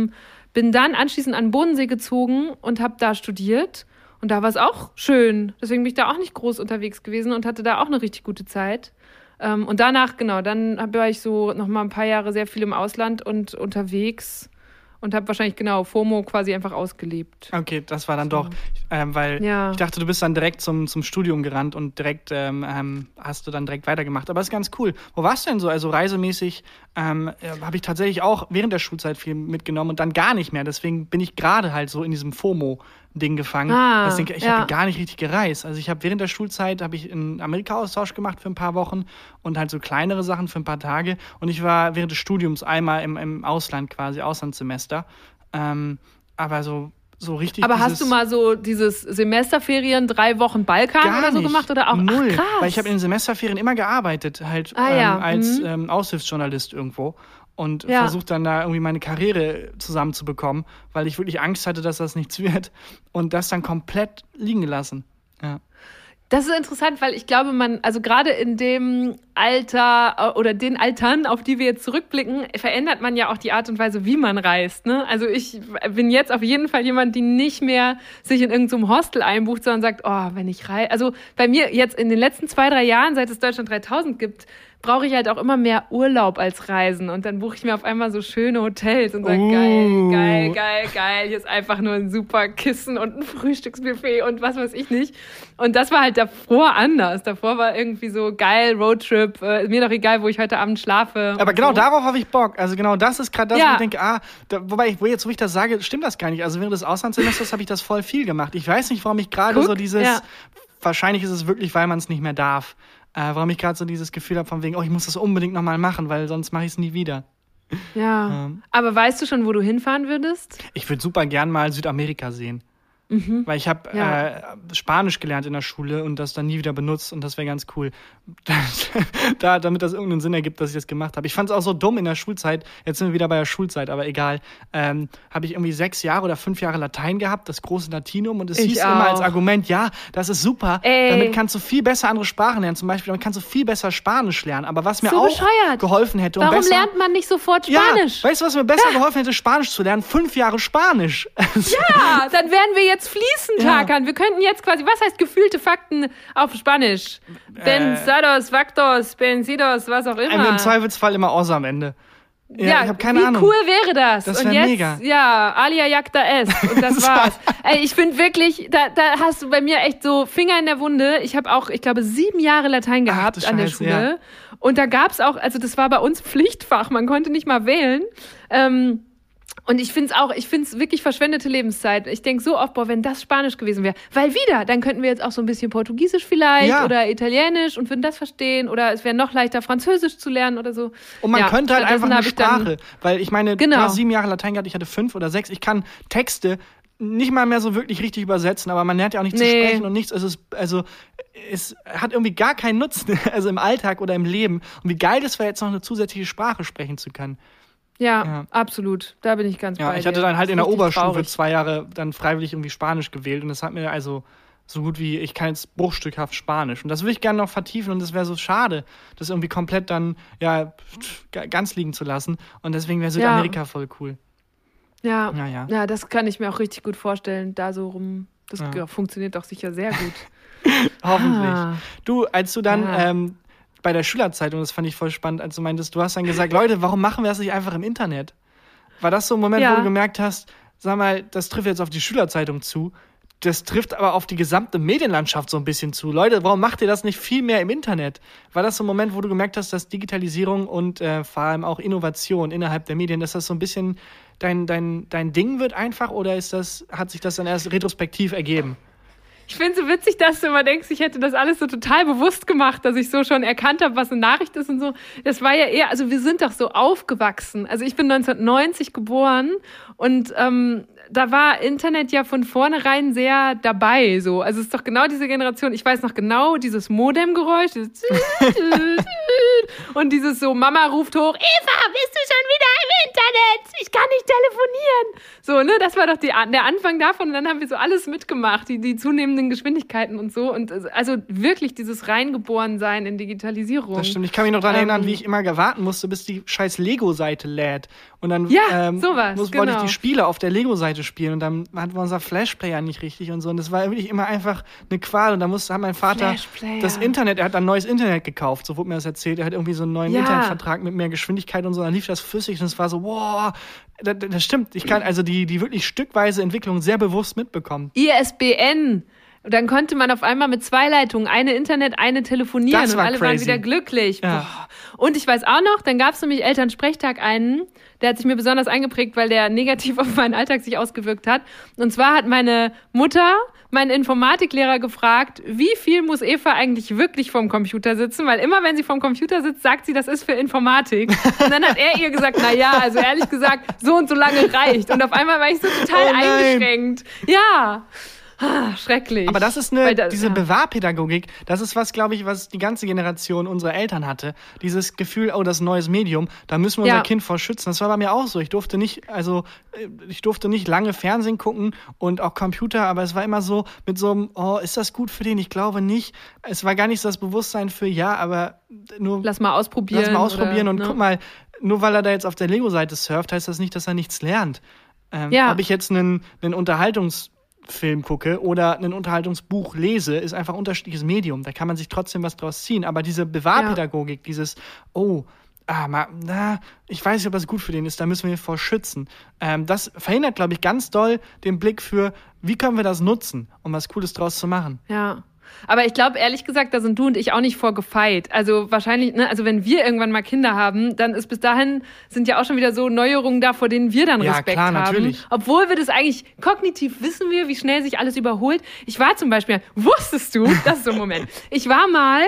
bin dann anschließend an den Bodensee gezogen und habe da studiert. Und da war es auch schön. Deswegen bin ich da auch nicht groß unterwegs gewesen und hatte da auch eine richtig gute Zeit. Und danach, dann war ich so noch mal ein paar Jahre sehr viel im Ausland und unterwegs und habe wahrscheinlich, FOMO quasi einfach ausgelebt. Okay, das war dann doch, weil ich dachte, du bist dann direkt zum Studium gerannt und direkt hast du dann direkt weitergemacht. Aber das ist ganz cool. Wo warst du denn so? Also reisemäßig habe ich tatsächlich auch während der Schulzeit viel mitgenommen und dann gar nicht mehr. Deswegen bin ich gerade halt so in diesem FOMO-Ding gefangen. Ich habe gar nicht richtig gereist. Also ich habe während der Schulzeit einen Amerika-Austausch gemacht für ein paar Wochen und halt so kleinere Sachen für ein paar Tage. Und ich war während des Studiums einmal im Ausland quasi, Auslandssemester. Aber so richtig. Aber hast du mal so dieses Semesterferien 3 Wochen Balkan oder so gemacht oder auch? Null. Ach, krass. Weil ich habe in den Semesterferien immer gearbeitet, halt als Aushilfsjournalist irgendwo. Und versucht dann da irgendwie meine Karriere zusammenzubekommen, weil ich wirklich Angst hatte, dass das nichts wird. Und das dann komplett liegen gelassen. Ja. Das ist interessant, weil ich glaube, also gerade in dem Alter oder den Altern, auf die wir jetzt zurückblicken, verändert man ja auch die Art und Weise, wie man reist. Ne? Also ich bin jetzt auf jeden Fall jemand, die nicht mehr sich in irgendeinem Hostel einbucht, sondern sagt, wenn ich reise. Also bei mir jetzt in den letzten 2, 3 Jahren, seit es Deutschland 3000 gibt, brauche ich halt auch immer mehr Urlaub als Reisen. Und dann buche ich mir auf einmal so schöne Hotels und sage, geil. Hier ist einfach nur ein super Kissen und ein Frühstücksbuffet und was weiß ich nicht. Und das war halt davor anders. Davor war irgendwie so geil, Roadtrip, mir doch egal, wo ich heute Abend schlafe. Aber genau darauf habe ich Bock. Also genau das ist gerade das, wo ich denke, wo ich das sage, stimmt das gar nicht. Also während des Auslandssemesters habe ich das voll viel gemacht. Ich weiß nicht, warum ich gerade so dieses, wahrscheinlich ist es wirklich, weil man es nicht mehr darf. Warum ich gerade so dieses Gefühl habe von wegen, ich muss das unbedingt nochmal machen, weil sonst mache ich es nie wieder. Ja, aber weißt du schon, wo du hinfahren würdest? Ich würde super gern mal Südamerika sehen. Weil ich habe Spanisch gelernt in der Schule und das dann nie wieder benutzt und das wäre ganz cool. Damit das irgendeinen Sinn ergibt, dass ich das gemacht habe. Ich fand es auch so dumm in der Schulzeit, jetzt sind wir wieder bei der Schulzeit, aber egal, habe ich irgendwie 6 Jahre oder 5 Jahre Latein gehabt, das große Latinum und es hieß immer als Argument, ja, das ist super, damit kannst du viel besser andere Sprachen lernen, zum Beispiel, damit kannst du viel besser Spanisch lernen, aber was mir so auch bescheuert. Geholfen hätte. Warum lernt man nicht sofort Spanisch? Ja, weißt du, was mir besser geholfen hätte, Spanisch zu lernen? 5 Jahre Spanisch. Ja, dann wären wir jetzt fließend tackern. Wir könnten jetzt quasi, was heißt gefühlte Fakten auf Spanisch? Pensados, factos, pensidos, was auch immer. Im Zweifelsfall immer aus am Ende. Ja, ich habe keine Ahnung. Wie cool wäre das? Das wäre mega. Ja, alia jacta est. Und das war's. Ey, ich finde wirklich, da hast du bei mir echt so Finger in der Wunde. Ich habe auch, ich glaube, 7 Jahre Latein gehabt an der Schule. Ja. Und da gab's auch, also das war bei uns Pflichtfach. Man konnte nicht mal wählen. Und ich finde es wirklich verschwendete Lebenszeit. Ich denke so oft, boah, wenn das Spanisch gewesen wäre. Weil dann könnten wir jetzt auch so ein bisschen Portugiesisch vielleicht oder Italienisch und würden das verstehen. Oder es wäre noch leichter, Französisch zu lernen oder so. Und man könnte halt einfach eine Sprache. Weil ich meine, du hast 7 Jahre Latein gehabt, ich hatte 5 oder 6. Ich kann Texte nicht mal mehr so wirklich richtig übersetzen, aber man lernt ja auch nicht zu sprechen und nichts. Es hat irgendwie gar keinen Nutzen, also im Alltag oder im Leben. Und wie geil das wäre, jetzt noch eine zusätzliche Sprache sprechen zu können. Ja, absolut. Da bin ich ganz bei dir. Ich hatte dann halt in der Oberstufe traurig. 2 Jahre dann freiwillig irgendwie Spanisch gewählt und das hat mir also so gut wie, ich kann jetzt bruchstückhaft Spanisch und das würde ich gerne noch vertiefen und das wäre so schade, das irgendwie komplett dann ganz liegen zu lassen und deswegen wäre Südamerika voll cool. Ja, das kann ich mir auch richtig gut vorstellen, da so rum, das funktioniert doch sicher sehr gut. Hoffentlich. Du, als du dann bei der Schülerzeitung, das fand ich voll spannend, als du meintest, du hast dann gesagt, Leute, warum machen wir das nicht einfach im Internet? War das so ein Moment, wo du gemerkt hast, sag mal, das trifft jetzt auf die Schülerzeitung zu, das trifft aber auf die gesamte Medienlandschaft so ein bisschen zu. Leute, warum macht ihr das nicht viel mehr im Internet? War das so ein Moment, wo du gemerkt hast, dass Digitalisierung und vor allem auch Innovation innerhalb der Medien, dass das so ein bisschen dein Ding wird einfach oder hat sich das dann erst retrospektiv ergeben? Ich finde es so witzig, dass du immer denkst, ich hätte das alles so total bewusst gemacht, dass ich so schon erkannt habe, was eine Nachricht ist und so. Das war ja eher, also wir sind doch so aufgewachsen. Also ich bin 1990 geboren und da war Internet ja von vornherein sehr dabei. So. Also es ist doch genau diese Generation, ich weiß noch genau, dieses Modemgeräusch, dieses und dieses so, Mama ruft hoch, Eva, bist du schon wieder im Internet? Ich kann nicht telefonieren. So, ne, das war doch der Anfang davon und dann haben wir so alles mitgemacht, die zunehmenden Geschwindigkeiten und so und also wirklich dieses Reingeborensein in Digitalisierung. Das stimmt, ich kann mich noch daran erinnern, wie ich immer warten musste, bis die scheiß Lego-Seite lädt und dann wollte ich die Spiele auf der Lego-Seite spielen und dann hatten wir unser Flash-Player nicht richtig und so und das war wirklich immer einfach eine Qual und da hat mein Vater das Internet, er hat ein neues Internet gekauft, so wurde mir das erzählt, er hat irgendwie so einen neuen Internetvertrag mit mehr Geschwindigkeit und so, dann lief das flüssig und es war so, wow, das stimmt, ich kann also die wirklich stückweise Entwicklung sehr bewusst mitbekommen. ISBN. Und dann konnte man auf einmal mit 2 Leitungen, eine Internet, eine telefonieren und alle waren wieder glücklich. Ja. Und ich weiß auch noch, dann gab es nämlich Elternsprechtag einen, der hat sich mir besonders eingeprägt, weil der negativ auf meinen Alltag sich ausgewirkt hat. Und zwar hat meine Mutter meinen Informatiklehrer gefragt, wie viel muss Eva eigentlich wirklich vorm Computer sitzen? Weil immer, wenn sie vorm Computer sitzt, sagt sie, das ist für Informatik. Und dann hat er ihr gesagt, also ehrlich gesagt, so und so lange reicht. Und auf einmal war ich so total eingeschränkt. Ja. Schrecklich. Aber das ist diese Bewahrpädagogik, das ist was, glaube ich, was die ganze Generation unserer Eltern hatte. Dieses Gefühl, das ist ein neues Medium, da müssen wir unser Kind vor schützen. Das war bei mir auch so. Ich durfte nicht lange Fernsehen gucken und auch Computer, aber es war immer so mit so einem, ist das gut für den? Ich glaube nicht. Es war gar nicht so das Bewusstsein für aber nur Lass mal ausprobieren und guck mal, nur weil er da jetzt auf der Lego-Seite surft, heißt das nicht, dass er nichts lernt. Ob ich jetzt einen Unterhaltungsfilm gucke oder ein Unterhaltungsbuch lese, ist einfach ein unterschiedliches Medium. Da kann man sich trotzdem was draus ziehen. Aber diese Bewahrpädagogik, dieses, ich weiß nicht, ob das gut für den ist, da müssen wir ihn vor schützen. Das verhindert, glaube ich, ganz doll den Blick für, wie können wir das nutzen, um was Cooles draus zu machen. Ja. Aber ich glaube, ehrlich gesagt, da sind du und ich auch nicht vorgefeit. Also wahrscheinlich, ne, also wenn wir irgendwann mal Kinder haben, dann ist bis dahin, sind ja auch schon wieder so Neuerungen da, vor denen wir dann Respekt klar, haben. Natürlich. Obwohl wir das eigentlich, kognitiv wissen wir, wie schnell sich alles überholt. Ich war zum Beispiel, wusstest du, das ist so ein Moment, ich war mal,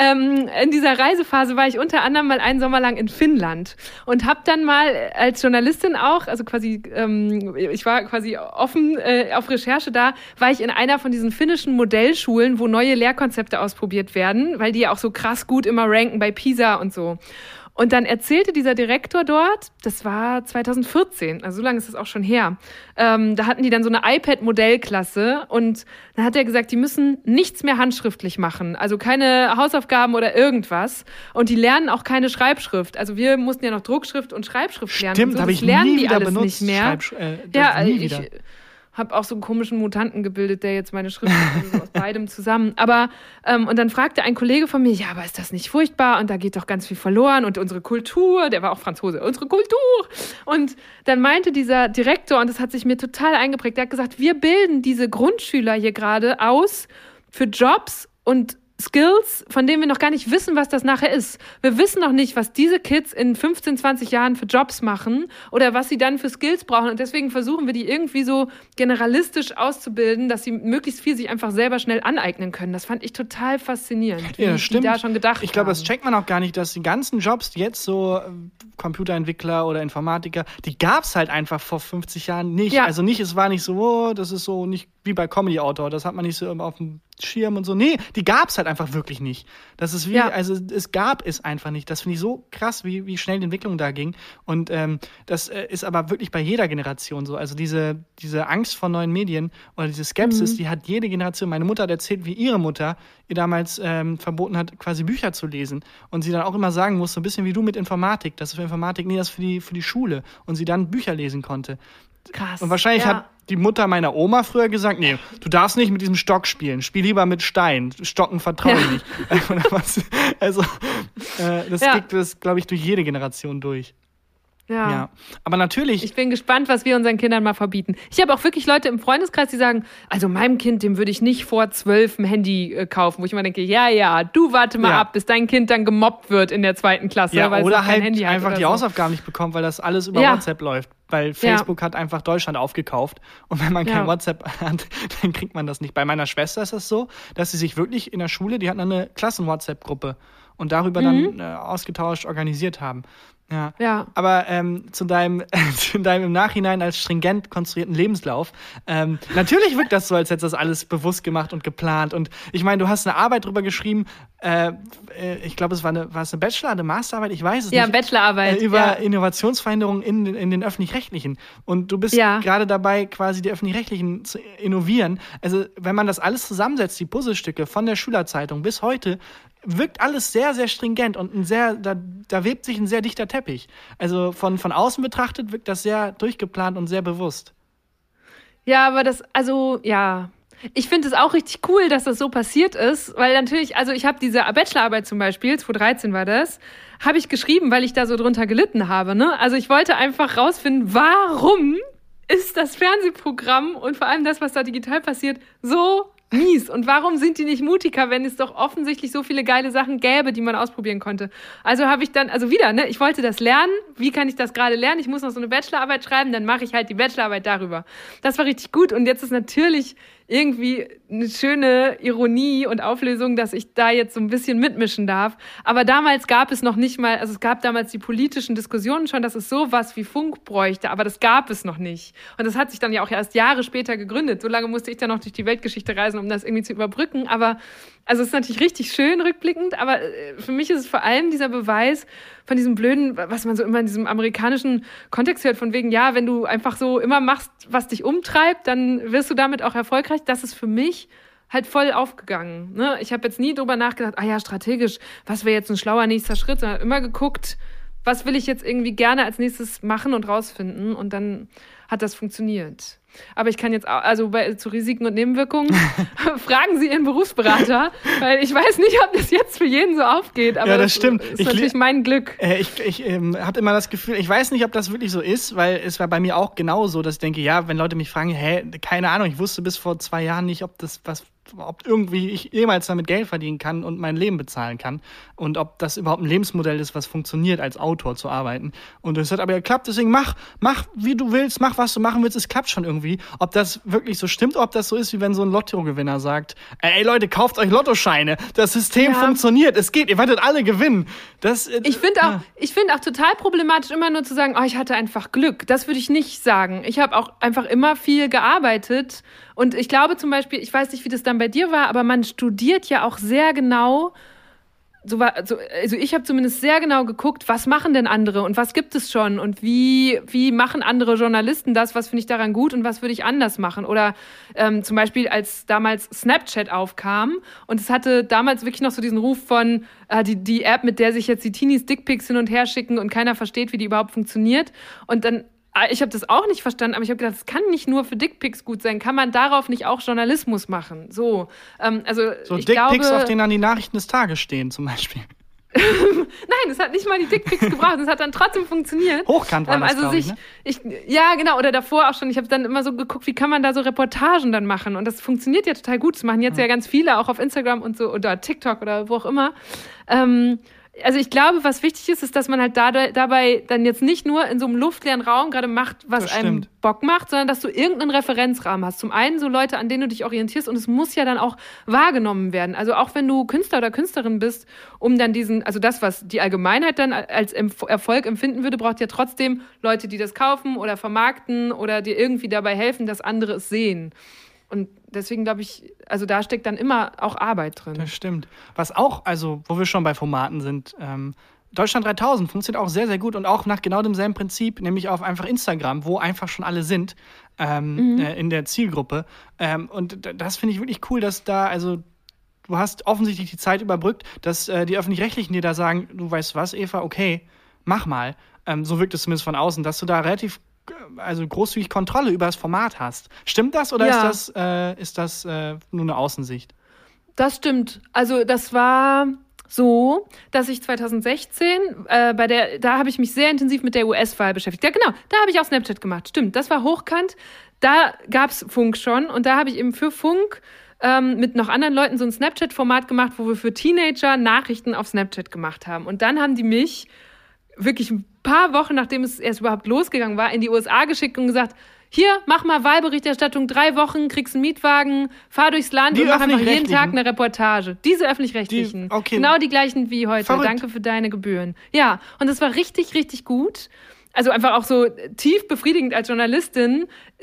in dieser Reisephase war ich unter anderem mal einen Sommer lang in Finnland und habe dann mal als Journalistin auch, also quasi, ich war quasi offen auf Recherche da, war ich in einer von diesen finnischen Modellschulen, wo neue Lehrkonzepte ausprobiert werden, weil die ja auch so krass gut immer ranken bei PISA und so. Und dann erzählte dieser Direktor dort, das war 2014, also so lange ist das auch schon her, da hatten die dann so eine iPad-Modellklasse und dann hat er gesagt, die müssen nichts mehr handschriftlich machen, also keine Hausaufgaben oder irgendwas und die lernen auch keine Schreibschrift. Also wir mussten ja noch Druckschrift und Schreibschrift lernen. Stimmt, so. habe ich lernen nie die wieder alles benutzt. nicht mehr. Ich habe auch so einen komischen Mutanten gebildet, der jetzt meine Schrift also so aus beidem zusammen. Aber und dann fragte ein Kollege von mir, ja, aber ist das nicht furchtbar? Und da geht doch ganz viel verloren und unsere Kultur, der war auch Franzose, unsere Kultur. Und dann meinte dieser Direktor, und das hat sich mir total eingeprägt, der hat gesagt, wir bilden diese Grundschüler hier gerade aus für Jobs und Skills, von denen wir noch gar nicht wissen, was das nachher ist. Wir wissen noch nicht, was diese Kids in 15, 20 Jahren für Jobs machen oder was sie dann für Skills brauchen. Und deswegen versuchen wir, die irgendwie so generalistisch auszubilden, dass sie möglichst viel sich einfach selber schnell aneignen können. Das fand ich total faszinierend, wie ja, stimmt. die da schon gedacht haben. Ich glaube, das checkt man auch gar nicht, dass die ganzen Jobs, die jetzt so Computerentwickler oder Informatiker, die gab es halt einfach vor 50 Jahren nicht. Ja. Also nicht, es war nicht so, oh, das ist so nicht wie bei Comedy-Autor, das hat man nicht so auf dem Schirm und so. Nee, die gab es halt einfach wirklich nicht. Das ist wie, also es gab es einfach nicht. Das finde ich so krass, wie schnell die Entwicklung da ging. Und das ist aber wirklich bei jeder Generation so. Also diese Angst vor neuen Medien oder diese Skepsis, die hat jede Generation. Meine Mutter hat erzählt, wie ihre Mutter ihr damals verboten hat, quasi Bücher zu lesen. Und sie dann auch immer sagen muss, so ein bisschen wie du mit Informatik, das ist für Informatik, nee, das ist für die Schule. Und sie dann Bücher lesen konnte. Krass. Und wahrscheinlich hat die Mutter meiner Oma früher gesagt, nee, du darfst nicht mit diesem Stock spielen, spiel lieber mit Stein, Stocken vertraue ich nicht. Also das geht das, glaube ich, durch jede Generation durch. Ja. Aber natürlich. Ich bin gespannt, was wir unseren Kindern mal verbieten. Ich habe auch wirklich Leute im Freundeskreis, die sagen, also meinem Kind, dem würde ich nicht vor 12 ein Handy kaufen, wo ich immer denke, ja, du warte mal ab, bis dein Kind dann gemobbt wird in der 2. Klasse, weil oder es kein halt Handy hat einfach oder die so. Hausaufgaben nicht bekommt, weil das alles über WhatsApp läuft. Weil Facebook hat einfach Deutschland aufgekauft. Und wenn man kein WhatsApp hat, dann kriegt man das nicht. Bei meiner Schwester ist das so, dass sie sich wirklich in der Schule, die hatten eine Klassen-WhatsApp-Gruppe und darüber dann ausgetauscht, organisiert haben. Ja. Aber zu deinem im Nachhinein als stringent konstruierten Lebenslauf, natürlich wirkt das so, als hättest du das alles bewusst gemacht und geplant. Und ich meine, du hast eine Arbeit drüber geschrieben, ich glaube, es war eine Bachelor-, eine Masterarbeit, ich weiß es nicht. Ja, Bachelorarbeit. Über Innovationsverhinderungen in den Öffentlich-Rechtlichen. Und du bist gerade dabei, quasi die Öffentlich-Rechtlichen zu innovieren. Also, wenn man das alles zusammensetzt, die Puzzlestücke von der Schülerzeitung bis heute, wirkt alles sehr, sehr stringent und da webt sich ein sehr dichter Teppich. Also von außen betrachtet wirkt das sehr durchgeplant und sehr bewusst. Ja, aber ich finde es auch richtig cool, dass das so passiert ist, weil natürlich, also ich habe diese Bachelorarbeit zum Beispiel, 2013 war das, habe ich geschrieben, weil ich da so drunter gelitten habe, ne? Also ich wollte einfach rausfinden, warum ist das Fernsehprogramm und vor allem das, was da digital passiert, so mies. Und warum sind die nicht mutiger, wenn es doch offensichtlich so viele geile Sachen gäbe, die man ausprobieren konnte? Also habe ich dann, ich wollte das lernen. Wie kann ich das gerade lernen? Ich muss noch so eine Bachelorarbeit schreiben, dann mache ich halt die Bachelorarbeit darüber. Das war richtig gut. Und jetzt ist natürlich irgendwie eine schöne Ironie und Auflösung, dass ich da jetzt so ein bisschen mitmischen darf. Aber damals gab es noch nicht mal, also es gab damals die politischen Diskussionen schon, dass es sowas wie Funk bräuchte, aber das gab es noch nicht. Und das hat sich dann ja auch erst Jahre später gegründet. So lange musste ich dann noch durch die Weltgeschichte reisen, um das irgendwie zu überbrücken. Aber also es ist natürlich richtig schön rückblickend, aber für mich ist es vor allem dieser Beweis von diesem blöden, was man so immer in diesem amerikanischen Kontext hört, von wegen, ja, wenn du einfach so immer machst, was dich umtreibt, dann wirst du damit auch erfolgreich. Das ist für mich halt voll aufgegangen. Ne? Ich habe jetzt nie drüber nachgedacht, strategisch, was wäre jetzt ein schlauer nächster Schritt, sondern immer geguckt, was will ich jetzt irgendwie gerne als nächstes machen und rausfinden, und dann hat das funktioniert. Aber ich kann jetzt auch, zu Risiken und Nebenwirkungen, fragen Sie Ihren Berufsberater, weil ich weiß nicht, ob das jetzt für jeden so aufgeht, aber das stimmt. Ist natürlich mein Glück. Ich habe immer das Gefühl, ich weiß nicht, ob das wirklich so ist, weil es war bei mir auch genau so, dass ich denke, wenn Leute mich fragen, keine Ahnung, ich wusste bis vor 2 Jahren nicht, ob das was ob irgendwie ich jemals damit Geld verdienen kann und mein Leben bezahlen kann und ob das überhaupt ein Lebensmodell ist, was funktioniert, als Autor zu arbeiten. Und es hat aber geklappt, deswegen mach wie du willst, mach was du machen willst, es klappt schon irgendwie. Ob das wirklich so stimmt, ob das so ist, wie wenn so ein Lottogewinner sagt, ey Leute, kauft euch Lottoscheine, das System funktioniert, es geht, ihr werdet alle gewinnen. Ich finde auch total problematisch, immer nur zu sagen, ich hatte einfach Glück. Das würde ich nicht sagen. Ich habe auch einfach immer viel gearbeitet. Und ich glaube zum Beispiel, ich weiß nicht, wie das dann bei dir war, aber man studiert ja auch sehr genau, also ich habe zumindest sehr genau geguckt, was machen denn andere und was gibt es schon und wie machen andere Journalisten das, was finde ich daran gut und was würde ich anders machen. Oder zum Beispiel, als damals Snapchat aufkam und es hatte damals wirklich noch so diesen Ruf von die App, mit der sich jetzt die Teenies Dickpics hin und her schicken und keiner versteht, wie die überhaupt funktioniert. Und dann ich habe das auch nicht verstanden, aber ich habe gedacht, das kann nicht nur für Dickpics gut sein. Kann man darauf nicht auch Journalismus machen? So ich Dickpics, glaube, auf denen dann die Nachrichten des Tages stehen, zum Beispiel. Nein, es hat nicht mal die Dickpics gebraucht. Es hat dann trotzdem funktioniert. Hochkant war das, glaube ich, ne? Ja, genau. Oder davor auch schon. Ich habe dann immer so geguckt, wie kann man da so Reportagen dann machen? Und das funktioniert ja total gut. Das machen jetzt ja ganz viele, auch auf Instagram und so oder TikTok oder wo auch immer. Also ich glaube, was wichtig ist, dass man halt dabei dann jetzt nicht nur in so einem luftleeren Raum gerade macht, was einem Bock macht, sondern dass du irgendeinen Referenzrahmen hast. Zum einen so Leute, an denen du dich orientierst und es muss ja dann auch wahrgenommen werden. Also auch wenn du Künstler oder Künstlerin bist, um dann also das, was die Allgemeinheit dann als Erfolg empfinden würde, braucht ja trotzdem Leute, die das kaufen oder vermarkten oder dir irgendwie dabei helfen, dass andere es sehen. Und deswegen glaube ich, also da steckt dann immer auch Arbeit drin. Das stimmt. Was auch, also wo wir schon bei Formaten sind, Deutschland 3000 funktioniert auch sehr, sehr gut und auch nach genau demselben Prinzip, nämlich auf einfach Instagram, wo einfach schon alle sind in der Zielgruppe. Und das finde ich wirklich cool, dass da, also du hast offensichtlich die Zeit überbrückt, dass die Öffentlich-Rechtlichen dir da sagen, du weißt was, Eva, okay, mach mal. So wirkt es zumindest von außen, dass du da relativ großzügig Kontrolle über das Format hast. Stimmt das oder ist das nur eine Außensicht? Das stimmt. Also das war so, dass ich 2016 da habe ich mich sehr intensiv mit der US-Wahl beschäftigt. Ja, genau, da habe ich auch Snapchat gemacht. Stimmt, das war hochkant. Da gab's Funk schon und da habe ich eben für Funk mit noch anderen Leuten so ein Snapchat-Format gemacht, wo wir für Teenager Nachrichten auf Snapchat gemacht haben. Und dann haben die mich wirklich ein paar Wochen, nachdem es erst überhaupt losgegangen war, in die USA geschickt und gesagt, hier, mach mal Wahlberichterstattung, 3 Wochen, kriegst einen Mietwagen, fahr durchs Land und mach einfach jeden Tag eine Reportage. Diese Öffentlich-Rechtlichen. Genau die gleichen wie heute. Verrückt. Danke für deine Gebühren. Ja, und das war richtig, richtig gut. Also einfach auch so tief befriedigend als Journalistin.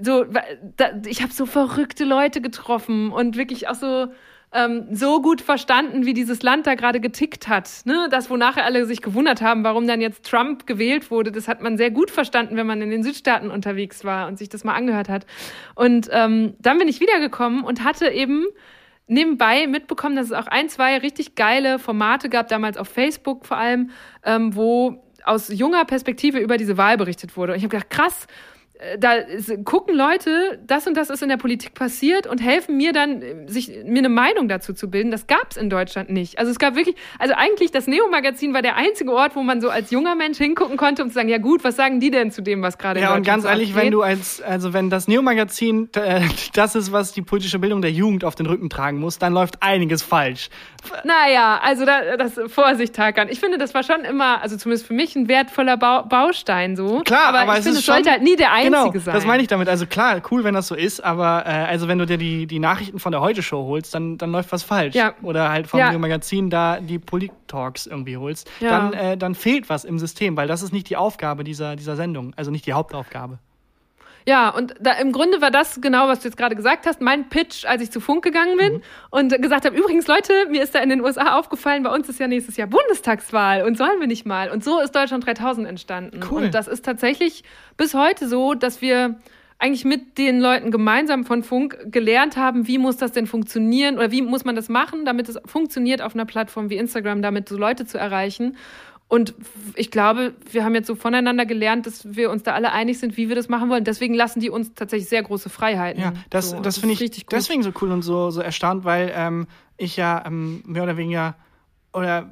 Ich habe so verrückte Leute getroffen und wirklich auch so gut verstanden, wie dieses Land da gerade getickt hat. Ne? Das, wo nachher alle sich gewundert haben, warum dann jetzt Trump gewählt wurde, das hat man sehr gut verstanden, wenn man in den Südstaaten unterwegs war und sich das mal angehört hat. Und dann bin ich wiedergekommen und hatte eben nebenbei mitbekommen, dass es auch 1, 2 richtig geile Formate gab, damals auf Facebook vor allem, wo aus junger Perspektive über diese Wahl berichtet wurde. Und ich habe gedacht, krass, da gucken Leute, das und das ist in der Politik passiert und helfen mir dann, mir eine Meinung dazu zu bilden. Das gab es in Deutschland nicht. Also es gab wirklich, also eigentlich das Neo-Magazin war der einzige Ort, wo man so als junger Mensch hingucken konnte und zu sagen, ja gut, was sagen die denn zu dem, was gerade in Deutschland Ja, und ganz ehrlich, wenn das Neo-Magazin das ist, was die politische Bildung der Jugend auf den Rücken tragen muss, dann läuft einiges falsch. Naja, also Vorsicht, Hakan. Ich finde, das war schon immer, also zumindest für mich, ein wertvoller Baustein so. Klar, aber ich finde, es sollte halt nie der einzige sein. Das meine ich damit. Also klar, cool, wenn das so ist, aber also wenn du dir die Nachrichten von der Heute-Show holst, dann läuft was falsch. Ja. Oder halt vom Neo-Magazin da die Polit-Talks irgendwie holst, dann fehlt was im System, weil das ist nicht die Aufgabe dieser Sendung, also nicht die Hauptaufgabe. Ja, und da im Grunde war das genau, was du jetzt gerade gesagt hast, mein Pitch, als ich zu Funk gegangen bin und gesagt habe, übrigens Leute, mir ist da in den USA aufgefallen, bei uns ist ja nächstes Jahr Bundestagswahl und sollen wir nicht mal? Und so ist Deutschland 3000 entstanden. Cool. Und das ist tatsächlich bis heute so, dass wir eigentlich mit den Leuten gemeinsam von Funk gelernt haben, wie muss das denn funktionieren oder wie muss man das machen, damit es funktioniert auf einer Plattform wie Instagram, damit so Leute zu erreichen. Und ich glaube, wir haben jetzt so voneinander gelernt, dass wir uns da alle einig sind, wie wir das machen wollen. Deswegen lassen die uns tatsächlich sehr große Freiheiten. Ja, das finde ich richtig gut. Deswegen so cool und so erstaunt, weil ich ja mehr oder weniger oder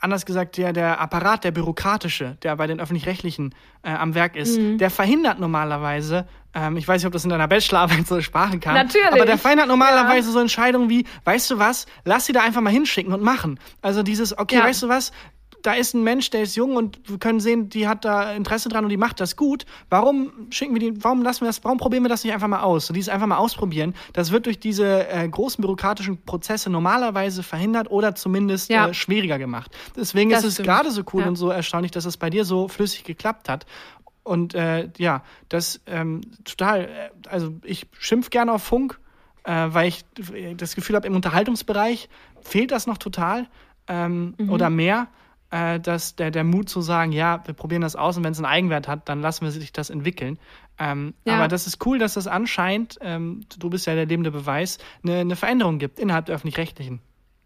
anders gesagt, der Apparat, der bürokratische, der bei den Öffentlich-Rechtlichen am Werk ist, der verhindert normalerweise, ich weiß nicht, ob das in deiner Bachelorarbeit so sprachen kann, natürlich, aber der verhindert normalerweise so Entscheidungen wie, weißt du was, lass sie da einfach mal hinschicken und machen. Also dieses, okay, weißt du was, da ist ein Mensch, der ist jung und wir können sehen, die hat da Interesse dran und die macht das gut. Warum probieren wir das nicht einfach mal aus? So dieses einfach mal ausprobieren, das wird durch diese großen bürokratischen Prozesse normalerweise verhindert oder zumindest schwieriger gemacht. Deswegen ist es gerade so cool und so erstaunlich, dass es bei dir so flüssig geklappt hat. Und das total, also ich schimpf gerne auf Funk, weil ich das Gefühl habe, im Unterhaltungsbereich fehlt das noch total oder mehr. Dass der Mut zu sagen, ja, wir probieren das aus und wenn es einen Eigenwert hat, dann lassen wir sich das entwickeln. Aber das ist cool, dass das anscheinend, du bist ja der lebende Beweis, eine Veränderung gibt innerhalb der Öffentlich-Rechtlichen.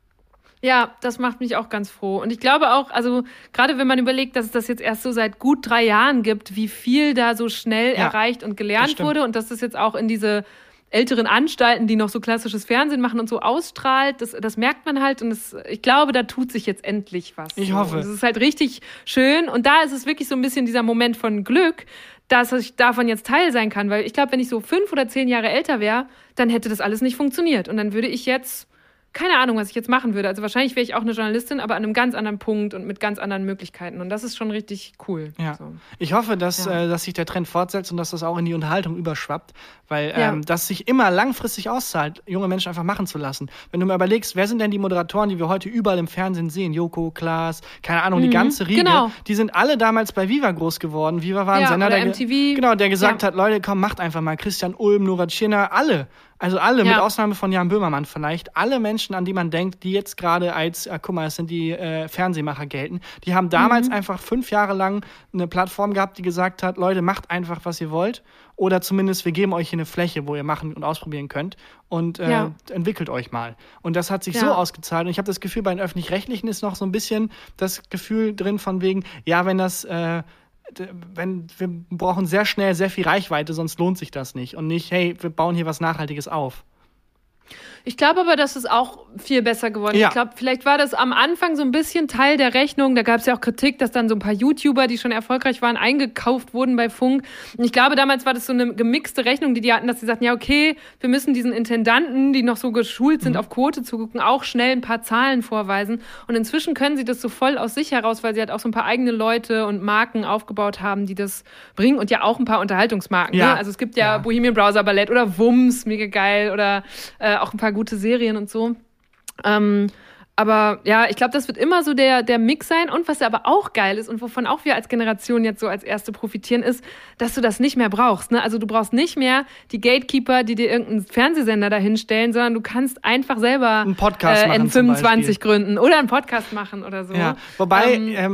Ja, das macht mich auch ganz froh. Und ich glaube auch, also gerade wenn man überlegt, dass es das jetzt erst so seit gut 3 Jahren gibt, wie viel da so schnell erreicht und gelernt wurde und dass das jetzt auch in diese älteren Anstalten, die noch so klassisches Fernsehen machen und so ausstrahlt, das merkt man halt und ich glaube, da tut sich jetzt endlich was. Ich hoffe. Das ist halt richtig schön und da ist es wirklich so ein bisschen dieser Moment von Glück, dass ich davon jetzt Teil sein kann, weil ich glaube, wenn ich so 5 oder 10 Jahre älter wäre, dann hätte das alles nicht funktioniert und dann würde ich jetzt keine Ahnung, was ich jetzt machen würde. Also wahrscheinlich wäre ich auch eine Journalistin, aber an einem ganz anderen Punkt und mit ganz anderen Möglichkeiten. Und das ist schon richtig cool. Ja. So. Ich hoffe, dass sich der Trend fortsetzt und dass das auch in die Unterhaltung überschwappt, weil das sich immer langfristig auszahlt, junge Menschen einfach machen zu lassen. Wenn du mal überlegst, wer sind denn die Moderatoren, die wir heute überall im Fernsehen sehen? Joko, Klaas, keine Ahnung, die ganze Riege. Genau. Die sind alle damals bei Viva groß geworden. Viva war ein Sender, oder MTV. Der gesagt hat, Leute, komm, macht einfach mal. Christian Ulm, Nora Tschirner, alle. Also alle, mit Ausnahme von Jan Böhmermann vielleicht, alle Menschen, an die man denkt, die jetzt gerade als, guck mal, es sind die Fernsehmacher gelten, die haben damals einfach 5 Jahre lang eine Plattform gehabt, die gesagt hat, Leute, macht einfach, was ihr wollt. Oder zumindest, wir geben euch hier eine Fläche, wo ihr machen und ausprobieren könnt. Und entwickelt euch mal. Und das hat sich so ausgezahlt. Und ich habe das Gefühl, bei den Öffentlich-Rechtlichen ist noch so ein bisschen das Gefühl drin von wegen, ja, wir brauchen sehr schnell sehr viel Reichweite, sonst lohnt sich das nicht. Und nicht, hey, wir bauen hier was Nachhaltiges auf. Ich glaube aber, dass es auch viel besser geworden ist. Ja. Ich glaube, vielleicht war das am Anfang so ein bisschen Teil der Rechnung. Da gab es ja auch Kritik, dass dann so ein paar YouTuber, die schon erfolgreich waren, eingekauft wurden bei Funk. Und ich glaube, damals war das so eine gemixte Rechnung, die hatten, dass sie sagten, ja, okay, wir müssen diesen Intendanten, die noch so geschult sind, auf Quote zu gucken, auch schnell ein paar Zahlen vorweisen. Und inzwischen können sie das so voll aus sich heraus, weil sie halt auch so ein paar eigene Leute und Marken aufgebaut haben, die das bringen. Und ja auch ein paar Unterhaltungsmarken. Ja. Ne? Also es gibt ja Bohemian Browser Ballett oder Wumms, mega geil. Oder auch ein paar gute Serien und so. Aber ja, ich glaube, das wird immer so der Mix sein. Und was aber auch geil ist und wovon auch wir als Generation jetzt so als Erste profitieren, ist, dass du das nicht mehr brauchst. Ne? Also du brauchst nicht mehr die Gatekeeper, die dir irgendeinen Fernsehsender dahinstellen, sondern du kannst einfach selber einen Podcast machen, N25 gründen oder einen Podcast machen oder so. Ja. Wobei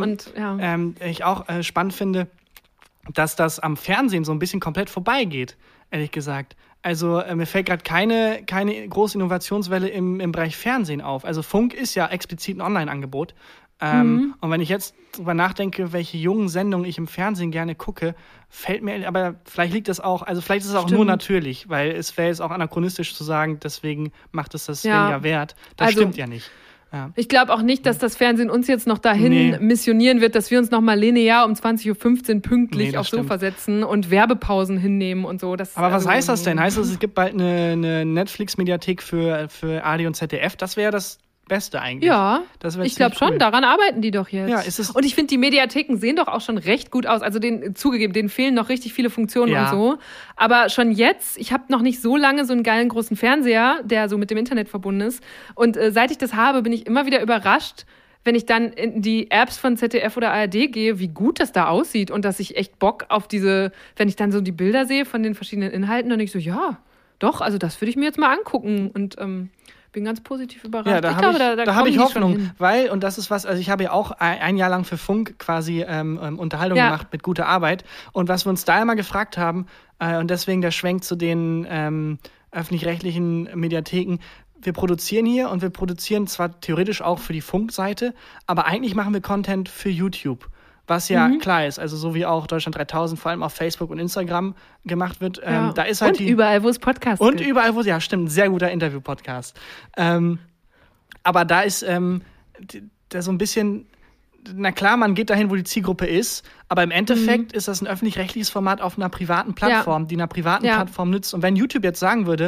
ich auch spannend finde, dass das am Fernsehen so ein bisschen komplett vorbeigeht, ehrlich gesagt. Also mir fällt gerade keine große Innovationswelle im Bereich Fernsehen auf. Also Funk ist ja explizit ein Online-Angebot. Und wenn ich jetzt drüber nachdenke, welche jungen Sendungen ich im Fernsehen gerne gucke, fällt mir, aber vielleicht liegt das auch, also vielleicht ist es auch nur natürlich, weil es wäre jetzt auch anachronistisch zu sagen, deswegen macht es das weniger wert. Das stimmt ja nicht. Ja. Ich glaube auch nicht, dass das Fernsehen uns jetzt noch dahin missionieren wird, dass wir uns nochmal linear um 20.15 Uhr pünktlich aufs Sofa setzen und Werbepausen hinnehmen und so. Aber was heißt das denn? Heißt das, es gibt bald eine Netflix-Mediathek für ARD und ZDF? Das wäre das Beste eigentlich. Ja, ich glaube schon, daran arbeiten die doch jetzt. Ja, ist es und ich finde, die Mediatheken sehen doch auch schon recht gut aus. Also denen fehlen noch richtig viele Funktionen und so. Aber schon jetzt, ich habe noch nicht so lange so einen geilen großen Fernseher, der so mit dem Internet verbunden ist. Und seit ich das habe, bin ich immer wieder überrascht, wenn ich dann in die Apps von ZDF oder ARD gehe, wie gut das da aussieht. Und dass ich echt Bock auf wenn ich dann so die Bilder sehe von den verschiedenen Inhalten, dann denke ich so, ja, doch, also das würde ich mir jetzt mal angucken. Und bin ganz positiv überrascht. Ja, da habe ich Hoffnung, weil, und das ist was, also ich habe ja auch ein Jahr lang für Funk quasi Unterhaltung gemacht mit guter Arbeit. Und was wir uns da immer gefragt haben, und deswegen der Schwenk zu den öffentlich-rechtlichen Mediatheken, wir produzieren hier und wir produzieren zwar theoretisch auch für die Funkseite, aber eigentlich machen wir Content für YouTube. Was ja klar ist, also so wie auch Deutschland 3000 vor allem auf Facebook und Instagram gemacht wird. Da ist halt und überall, wo es Podcasts gibt. Und überall, wo es, ja stimmt, sehr guter Interview-Podcast. Aber da ist da so ein bisschen na klar, man geht dahin, wo die Zielgruppe ist, aber im Endeffekt ist das ein öffentlich-rechtliches Format auf einer privaten Plattform, die einer privaten Plattform nützt. Und wenn YouTube jetzt sagen würde,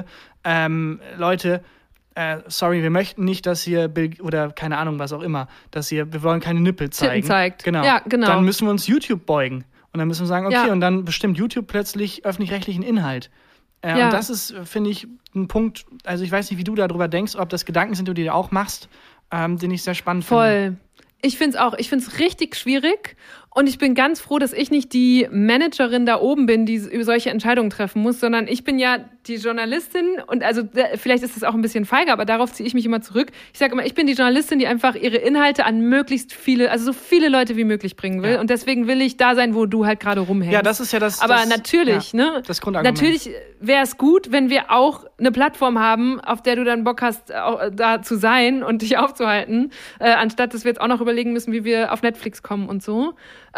Leute, sorry, wir möchten nicht, dass ihr oder keine Ahnung, was auch immer, wir wollen keine Nippel zeigen. Titten zeigt. Genau. Ja, genau. Dann müssen wir uns YouTube beugen. Und dann müssen wir sagen, okay, Ja. und dann bestimmt YouTube plötzlich öffentlich-rechtlichen Inhalt. Ja. Und das ist, finde ich, ein Punkt, also ich weiß nicht, wie du darüber denkst, ob das Gedanken sind, die du dir auch machst, den ich sehr spannend finde. Voll. Ich finde es auch. Ich finde es richtig schwierig. Und ich bin ganz froh, dass ich nicht die Managerin da oben bin, die solche Entscheidungen treffen muss, sondern ich bin ja die Journalistin. Und also vielleicht ist das auch ein bisschen feige, aber darauf ziehe ich mich immer zurück. Ich sage immer, ich bin die Journalistin, die einfach ihre Inhalte an möglichst viele, also so viele Leute wie möglich bringen will. Ja. Und deswegen will ich da sein, wo du halt gerade rumhängst. Ja, das ist ja das. Aber natürlich, ne? Das Grundargument. Natürlich wäre es gut, wenn wir auch eine Plattform haben, auf der du dann Bock hast, auch da zu sein und dich aufzuhalten, anstatt dass wir jetzt auch noch überlegen müssen, wie wir auf Netflix kommen und so.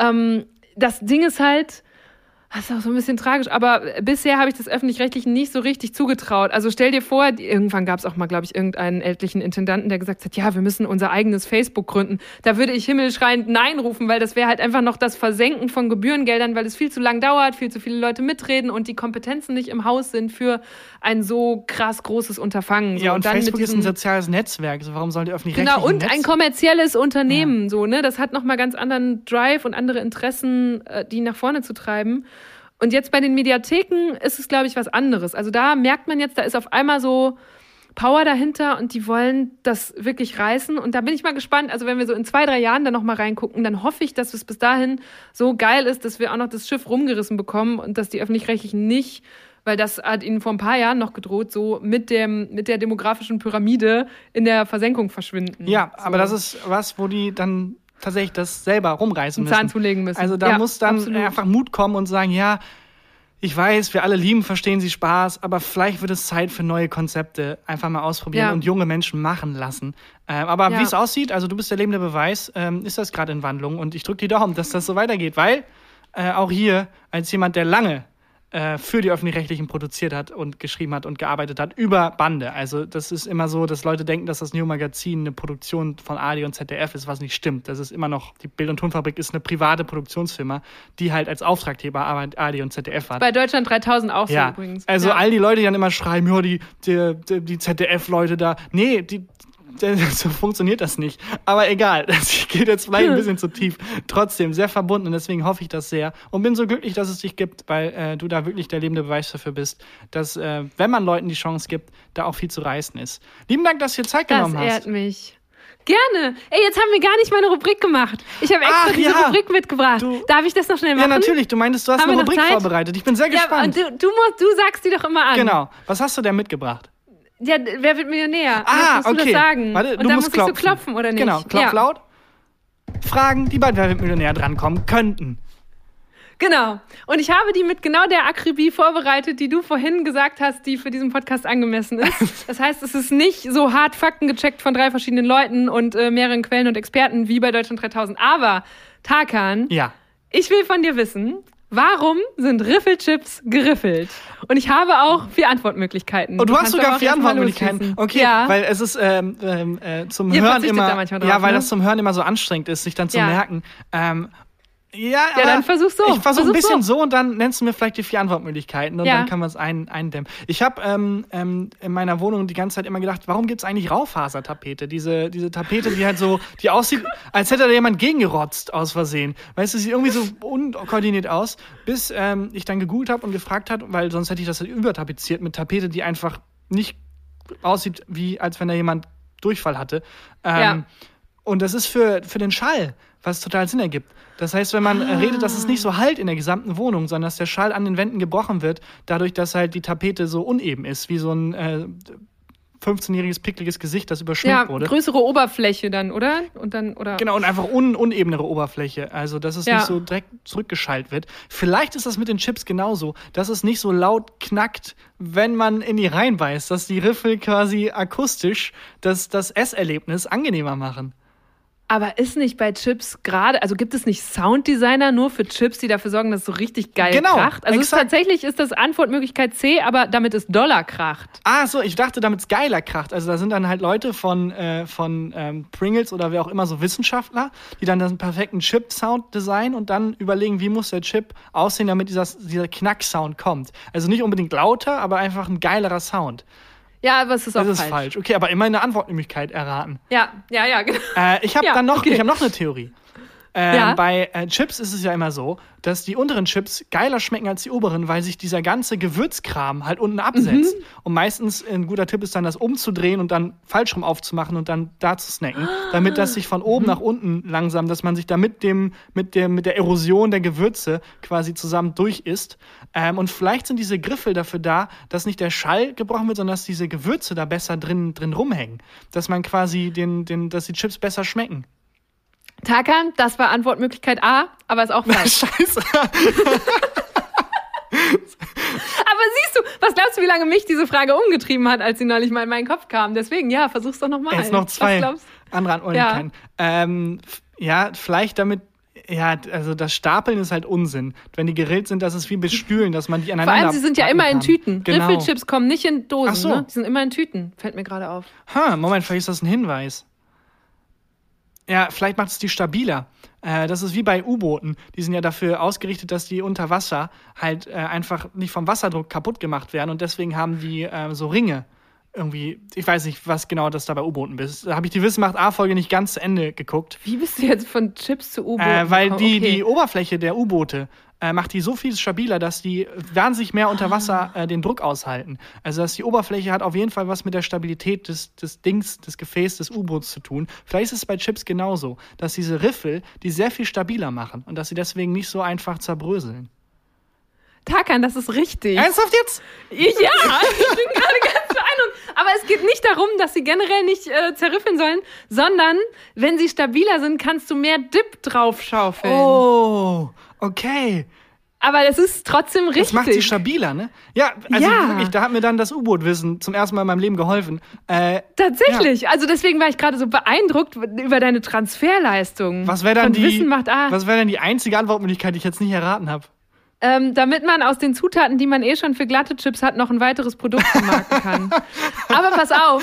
Das Ding ist halt, das ist auch so ein bisschen tragisch, aber bisher habe ich das Öffentlich-Rechtlichen nicht so richtig zugetraut. Also stell dir vor, irgendwann gab es auch mal, glaube ich, irgendeinen ältlichen Intendanten, der gesagt hat, ja, wir müssen unser eigenes Facebook gründen. Da würde ich himmelschreiend Nein rufen, weil das wäre halt einfach noch das Versenken von Gebührengeldern, weil es viel zu lang dauert, viel zu viele Leute mitreden und die Kompetenzen nicht im Haus sind für ein so krass großes Unterfangen. So. Ja, und dann Facebook mit ist ein soziales Netzwerk. Also warum sollen die öffentlich-rechtlichen Genau, und ein kommerzielles Unternehmen, so, ne? Das hat nochmal ganz anderen Drive und andere Interessen, die nach vorne zu treiben. Und jetzt bei den Mediatheken ist es, glaube ich, was anderes. Also da merkt man jetzt, da ist auf einmal so Power dahinter und die wollen das wirklich reißen. Und da bin ich mal gespannt. Also wenn wir so in 2-3 Jahren da nochmal reingucken, dann hoffe ich, dass es bis dahin so geil ist, dass wir auch noch das Schiff rumgerissen bekommen und dass die Öffentlich-Rechtlichen nicht, weil das hat ihnen vor ein paar Jahren noch gedroht, so mit der demografischen Pyramide in der Versenkung verschwinden. Ja, so. aber das ist was, wo die dann tatsächlich das selber rumreißen müssen. Zahn zulegen müssen. Also da muss dann absolut. einfach Mut kommen und sagen, ja, ich weiß, wir alle lieben, verstehen Sie Spaß, aber vielleicht wird es Zeit für neue Konzepte. Einfach mal ausprobieren und junge Menschen machen lassen. Aber wie es aussieht, also du bist der lebende Beweis, ist das gerade in Wandlung. Und ich drücke die Daumen, dass das so weitergeht, weil auch hier, als jemand, der lange für die Öffentlich-Rechtlichen produziert hat und geschrieben hat und gearbeitet hat, über Bande. Also das ist immer so, dass Leute denken, dass das New Magazin eine Produktion von ARD und ZDF ist, was nicht stimmt. Das ist immer noch, die Bild- und Tonfabrik ist eine private Produktionsfirma, die halt als Auftraggeber ARD und ZDF hat. Bei Deutschland 3000 auch so übrigens. Also all die Leute, die dann immer schreiben, ja, die ZDF-Leute da. Nee, so funktioniert das nicht. Aber egal, das geht jetzt vielleicht ein bisschen zu tief. Trotzdem sehr verbunden und deswegen hoffe ich das sehr. Und bin so glücklich, dass es dich gibt, weil du da wirklich der lebende Beweis dafür bist, dass, wenn man Leuten die Chance gibt, da auch viel zu reißen ist. Lieben Dank, dass du dir Zeit genommen hast. Das ehrt mich. Gerne. Ey, jetzt haben wir gar nicht meine Rubrik gemacht. Ich habe extra diese Rubrik mitgebracht. Darf ich das noch schnell machen? Ja, natürlich. Du meintest, du hast eine Rubrik vorbereitet. Ich bin sehr gespannt. Ja, und du sagst die doch immer an. Genau. Was hast du denn mitgebracht? Ja, wer wird Millionär? Musst du das sagen. Warte, und dann muss ich so klopfen, oder nicht? Genau, klopf laut. Fragen, die bei Wer wird Millionär drankommen könnten. Genau. Und ich habe die mit genau der Akribie vorbereitet, die du vorhin gesagt hast, die für diesen Podcast angemessen ist. Das heißt, es ist nicht so hart faktengecheckt von 3 verschiedenen Leuten und mehreren Quellen und Experten wie bei Deutschland 3000. Aber, Tarkan, ich will von dir wissen, warum sind Riffelchips geriffelt? Und ich habe auch 4 Antwortmöglichkeiten. Und du hast sogar 4 Antwortmöglichkeiten. Okay, weil es ist zum Hören immer, weil das zum Hören immer so anstrengend ist, sich dann zu merken. Ja, dann versuch so. Ich versuche ein bisschen so und dann nennst du mir vielleicht die 4 Antwortmöglichkeiten und dann kann man es eindämmen. Ich habe in meiner Wohnung die ganze Zeit immer gedacht, warum gibt es eigentlich Raufasertapete? Diese Tapete, die halt so, die aussieht, als hätte da jemand gegengerotzt aus Versehen. Weißt du, sieht irgendwie so unkoordiniert aus, bis ich dann gegoogelt habe und gefragt habe, weil sonst hätte ich das halt übertapeziert mit Tapete, die einfach nicht aussieht, wie als wenn da jemand Durchfall hatte. Und das ist für den Schall, was total Sinn ergibt. Das heißt, wenn man redet, dass es nicht so hallt in der gesamten Wohnung, sondern dass der Schall an den Wänden gebrochen wird, dadurch, dass halt die Tapete so uneben ist, wie so ein 15-jähriges, pickliges Gesicht, das überschminkt wurde. Ja, größere Oberfläche dann, oder? Genau, und einfach unebenere Oberfläche. Also, dass es nicht so direkt zurückgeschallt wird. Vielleicht ist das mit den Chips genauso, dass es nicht so laut knackt, wenn man in die reinbeißt, dass die Riffel quasi akustisch das Esserlebnis angenehmer machen. Aber ist nicht bei Chips gerade, also gibt es nicht Sounddesigner nur für Chips, die dafür sorgen, dass es so richtig geil kracht? Also tatsächlich ist das Antwortmöglichkeit C, aber damit es doller kracht. Ah, so, ich dachte, damit es geiler kracht. Also da sind dann halt Leute von Pringles oder wer auch immer, so Wissenschaftler, die dann den perfekten Chip-Sound designen und dann überlegen, wie muss der Chip aussehen, damit dieser Knack-Sound kommt. Also nicht unbedingt lauter, aber einfach ein geilerer Sound. Ja, aber es ist auch falsch. Das ist falsch. Okay, aber immerhin eine Antwortmöglichkeit erraten. Ja, genau. Ich habe dann noch eine Theorie. Bei Chips ist es ja immer so, dass die unteren Chips geiler schmecken als die oberen, weil sich dieser ganze Gewürzkram halt unten absetzt. Und meistens ein guter Tipp ist dann, das umzudrehen und dann falsch rum aufzumachen und dann da zu snacken, damit das sich von oben nach unten langsam, dass man sich da mit der Erosion der Gewürze quasi zusammen durch isst. Und vielleicht sind diese Griffel dafür da, dass nicht der Schall gebrochen wird, sondern dass diese Gewürze da besser drin rumhängen. Dass man quasi dass die Chips besser schmecken. Tarkan, das war Antwortmöglichkeit A, aber ist auch falsch. Scheiße. Aber siehst du, was glaubst du, wie lange mich diese Frage umgetrieben hat, als sie neulich mal in meinen Kopf kam? Deswegen, ja, versuch's doch nochmal. Jetzt noch 2 andere Antwortmöglichkeiten. Vielleicht damit. Ja, also das Stapeln ist halt Unsinn. Wenn die gegrillt sind, das ist wie bestühlen, dass man die aneinander Vor allem, sie sind ja immer in Tüten. Genau. Griffelchips kommen nicht in Dosen, Ach so. ne? Die sind immer in Tüten. Fällt mir gerade auf. Moment, vielleicht ist das ein Hinweis. Ja, vielleicht macht es die stabiler. Das ist wie bei U-Booten. Die sind ja dafür ausgerichtet, dass die unter Wasser halt einfach nicht vom Wasserdruck kaputt gemacht werden. Und deswegen haben die so Ringe. Irgendwie, ich weiß nicht, was genau das da bei U-Booten ist. Da habe ich die Wissen macht A-Folge nicht ganz zu Ende geguckt. Wie bist du jetzt von Chips zu U-Booten? Weil die Oberfläche der U-Boote macht die so viel stabiler, dass die wahnsinnig mehr unter Wasser den Druck aushalten. Also dass die Oberfläche hat auf jeden Fall was mit der Stabilität des Gefäßs des U-Boots zu tun. Vielleicht ist es bei Chips genauso, dass diese Riffel die sehr viel stabiler machen und dass sie deswegen nicht so einfach zerbröseln. Tarkan, das ist richtig. Ernsthaft jetzt? Ja, ich bin gerade ganz beeindruckt. Aber es geht nicht darum, dass sie generell nicht zerriffeln sollen, sondern wenn sie stabiler sind, kannst du mehr Dip draufschaufeln. Oh, okay. Aber das ist trotzdem richtig. Das macht sie stabiler, ne? Ja, also wirklich, da hat mir dann das U-Boot-Wissen zum ersten Mal in meinem Leben geholfen. Tatsächlich. Ja. Also deswegen war ich gerade so beeindruckt über deine Transferleistung. Was wäre dann die einzige Antwortmöglichkeit, die ich jetzt nicht erraten habe? Damit man aus den Zutaten, die man schon für glatte Chips hat, noch ein weiteres Produkt vermarkten kann. Aber pass auf,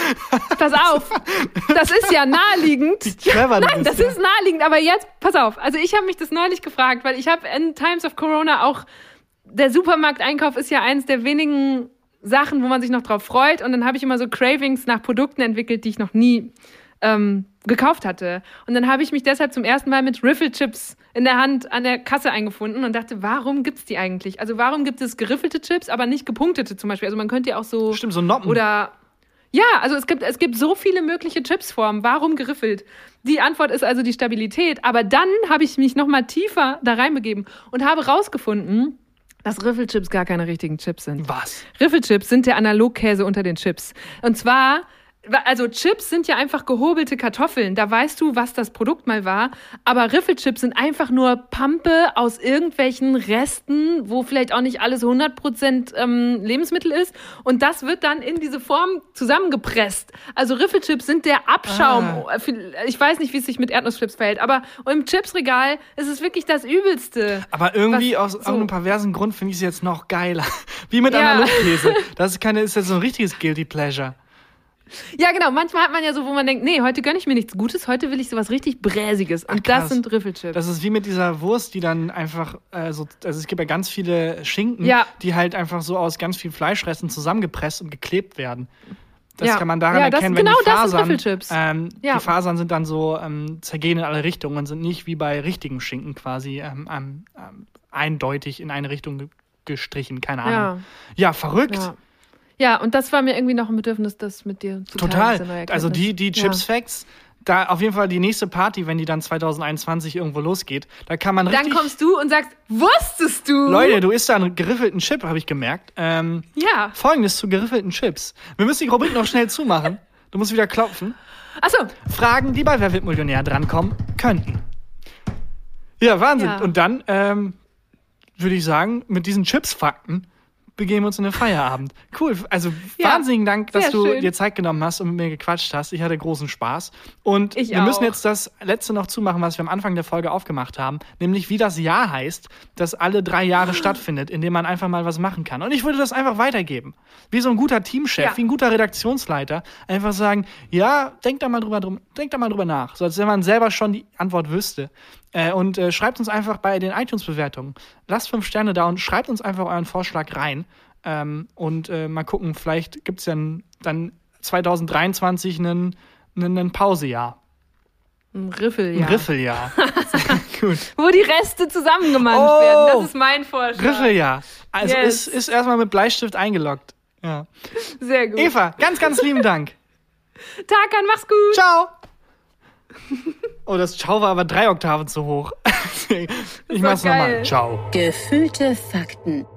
das ist ja naheliegend. Nein, das ist naheliegend, aber jetzt, pass auf, also ich habe mich das neulich gefragt, weil ich habe in Times of Corona auch, der Supermarkteinkauf ist ja eins der wenigen Sachen, wo man sich noch drauf freut und dann habe ich immer so Cravings nach Produkten entwickelt, die ich noch nie gekauft hatte. Und dann habe ich mich deshalb zum ersten Mal mit Riffle-Chips in der Hand an der Kasse eingefunden und dachte, warum gibt's die eigentlich? Also warum gibt es geriffelte Chips, aber nicht gepunktete zum Beispiel? Also man könnte ja auch so... Stimmt, so Noppen. Oder... Ja, also es gibt so viele mögliche Chipsformen. Warum geriffelt? Die Antwort ist also die Stabilität. Aber dann habe ich mich noch mal tiefer da reinbegeben und habe rausgefunden, dass Riffelchips gar keine richtigen Chips sind. Was? Riffelchips sind der Analogkäse unter den Chips. Und zwar... Also Chips sind ja einfach gehobelte Kartoffeln. Da weißt du, was das Produkt mal war. Aber Riffelchips sind einfach nur Pampe aus irgendwelchen Resten, wo vielleicht auch nicht alles 100% Lebensmittel ist. Und das wird dann in diese Form zusammengepresst. Also Riffelchips sind der Abschaum. Ich weiß nicht, wie es sich mit Erdnusschips verhält. Aber im Chipsregal ist es wirklich das Übelste. Aber irgendwie aus einem perversen Grund finde ich es jetzt noch geiler. Wie mit Analogkäse. Das ist jetzt so ein richtiges Guilty Pleasure. Ja, genau. Manchmal hat man ja so, wo man denkt, nee, heute gönne ich mir nichts Gutes, heute will ich sowas richtig Bräsiges. Und das sind Riffelchips. Das ist wie mit dieser Wurst, die dann einfach also es gibt ja ganz viele Schinken, die halt einfach so aus ganz viel Fleischresten zusammengepresst und geklebt werden. Das kann man daran erkennen, wenn die Fasern, die Fasern sind dann so zergehen in alle Richtungen und sind nicht wie bei richtigen Schinken quasi eindeutig in eine Richtung gestrichen. Keine Ahnung. Ja, verrückt. Ja, und das war mir irgendwie noch ein Bedürfnis, das mit dir zu teilen. Total. Also die Chips-Facts, da auf jeden Fall die nächste Party, wenn die dann 2021 irgendwo losgeht, da kann man richtig... Dann kommst du und sagst, wusstest du? Leute, du isst da einen geriffelten Chip, habe ich gemerkt. Folgendes zu geriffelten Chips. Wir müssen die Rubrik noch schnell zumachen. Du musst wieder klopfen. Achso. Fragen, die bei Wer wird Millionär drankommen könnten. Ja, Wahnsinn. Ja. Und dann würde ich sagen, mit diesen Chips-Fakten begeben wir uns in den Feierabend. Cool, also wahnsinnigen Dank, dass du schön. dir Zeit genommen hast und mit mir gequatscht hast. Ich hatte großen Spaß. Und Ich wir müssen auch. jetzt das Letzte noch zumachen, was wir am Anfang der Folge aufgemacht haben, nämlich wie das Jahr heißt, das alle 3 Jahre stattfindet, in dem man einfach mal was machen kann. Und ich würde das einfach weitergeben. Wie so ein guter Teamchef, wie ein guter Redaktionsleiter. Einfach sagen, ja, denkt da mal drüber nach. So als wenn man selber schon die Antwort wüsste. Und schreibt uns einfach bei den iTunes-Bewertungen. Lasst 5 Sterne da und schreibt uns einfach euren Vorschlag rein. Und mal gucken, vielleicht gibt es ja dann 2023 ein Pausejahr. Ein Riffeljahr. Ein Riffeljahr. Gut. Wo die Reste zusammengemanscht werden. Das ist mein Vorschlag. Riffeljahr. Also Yes. ist erstmal mit Bleistift eingeloggt. Ja. Sehr gut. Eva, ganz, ganz lieben Dank. Tarkan, mach's gut. Ciao. Oh, das Ciao war aber 3 Oktaven zu hoch. Ich mach's geil. nochmal. Ciao. Gefühlte Fakten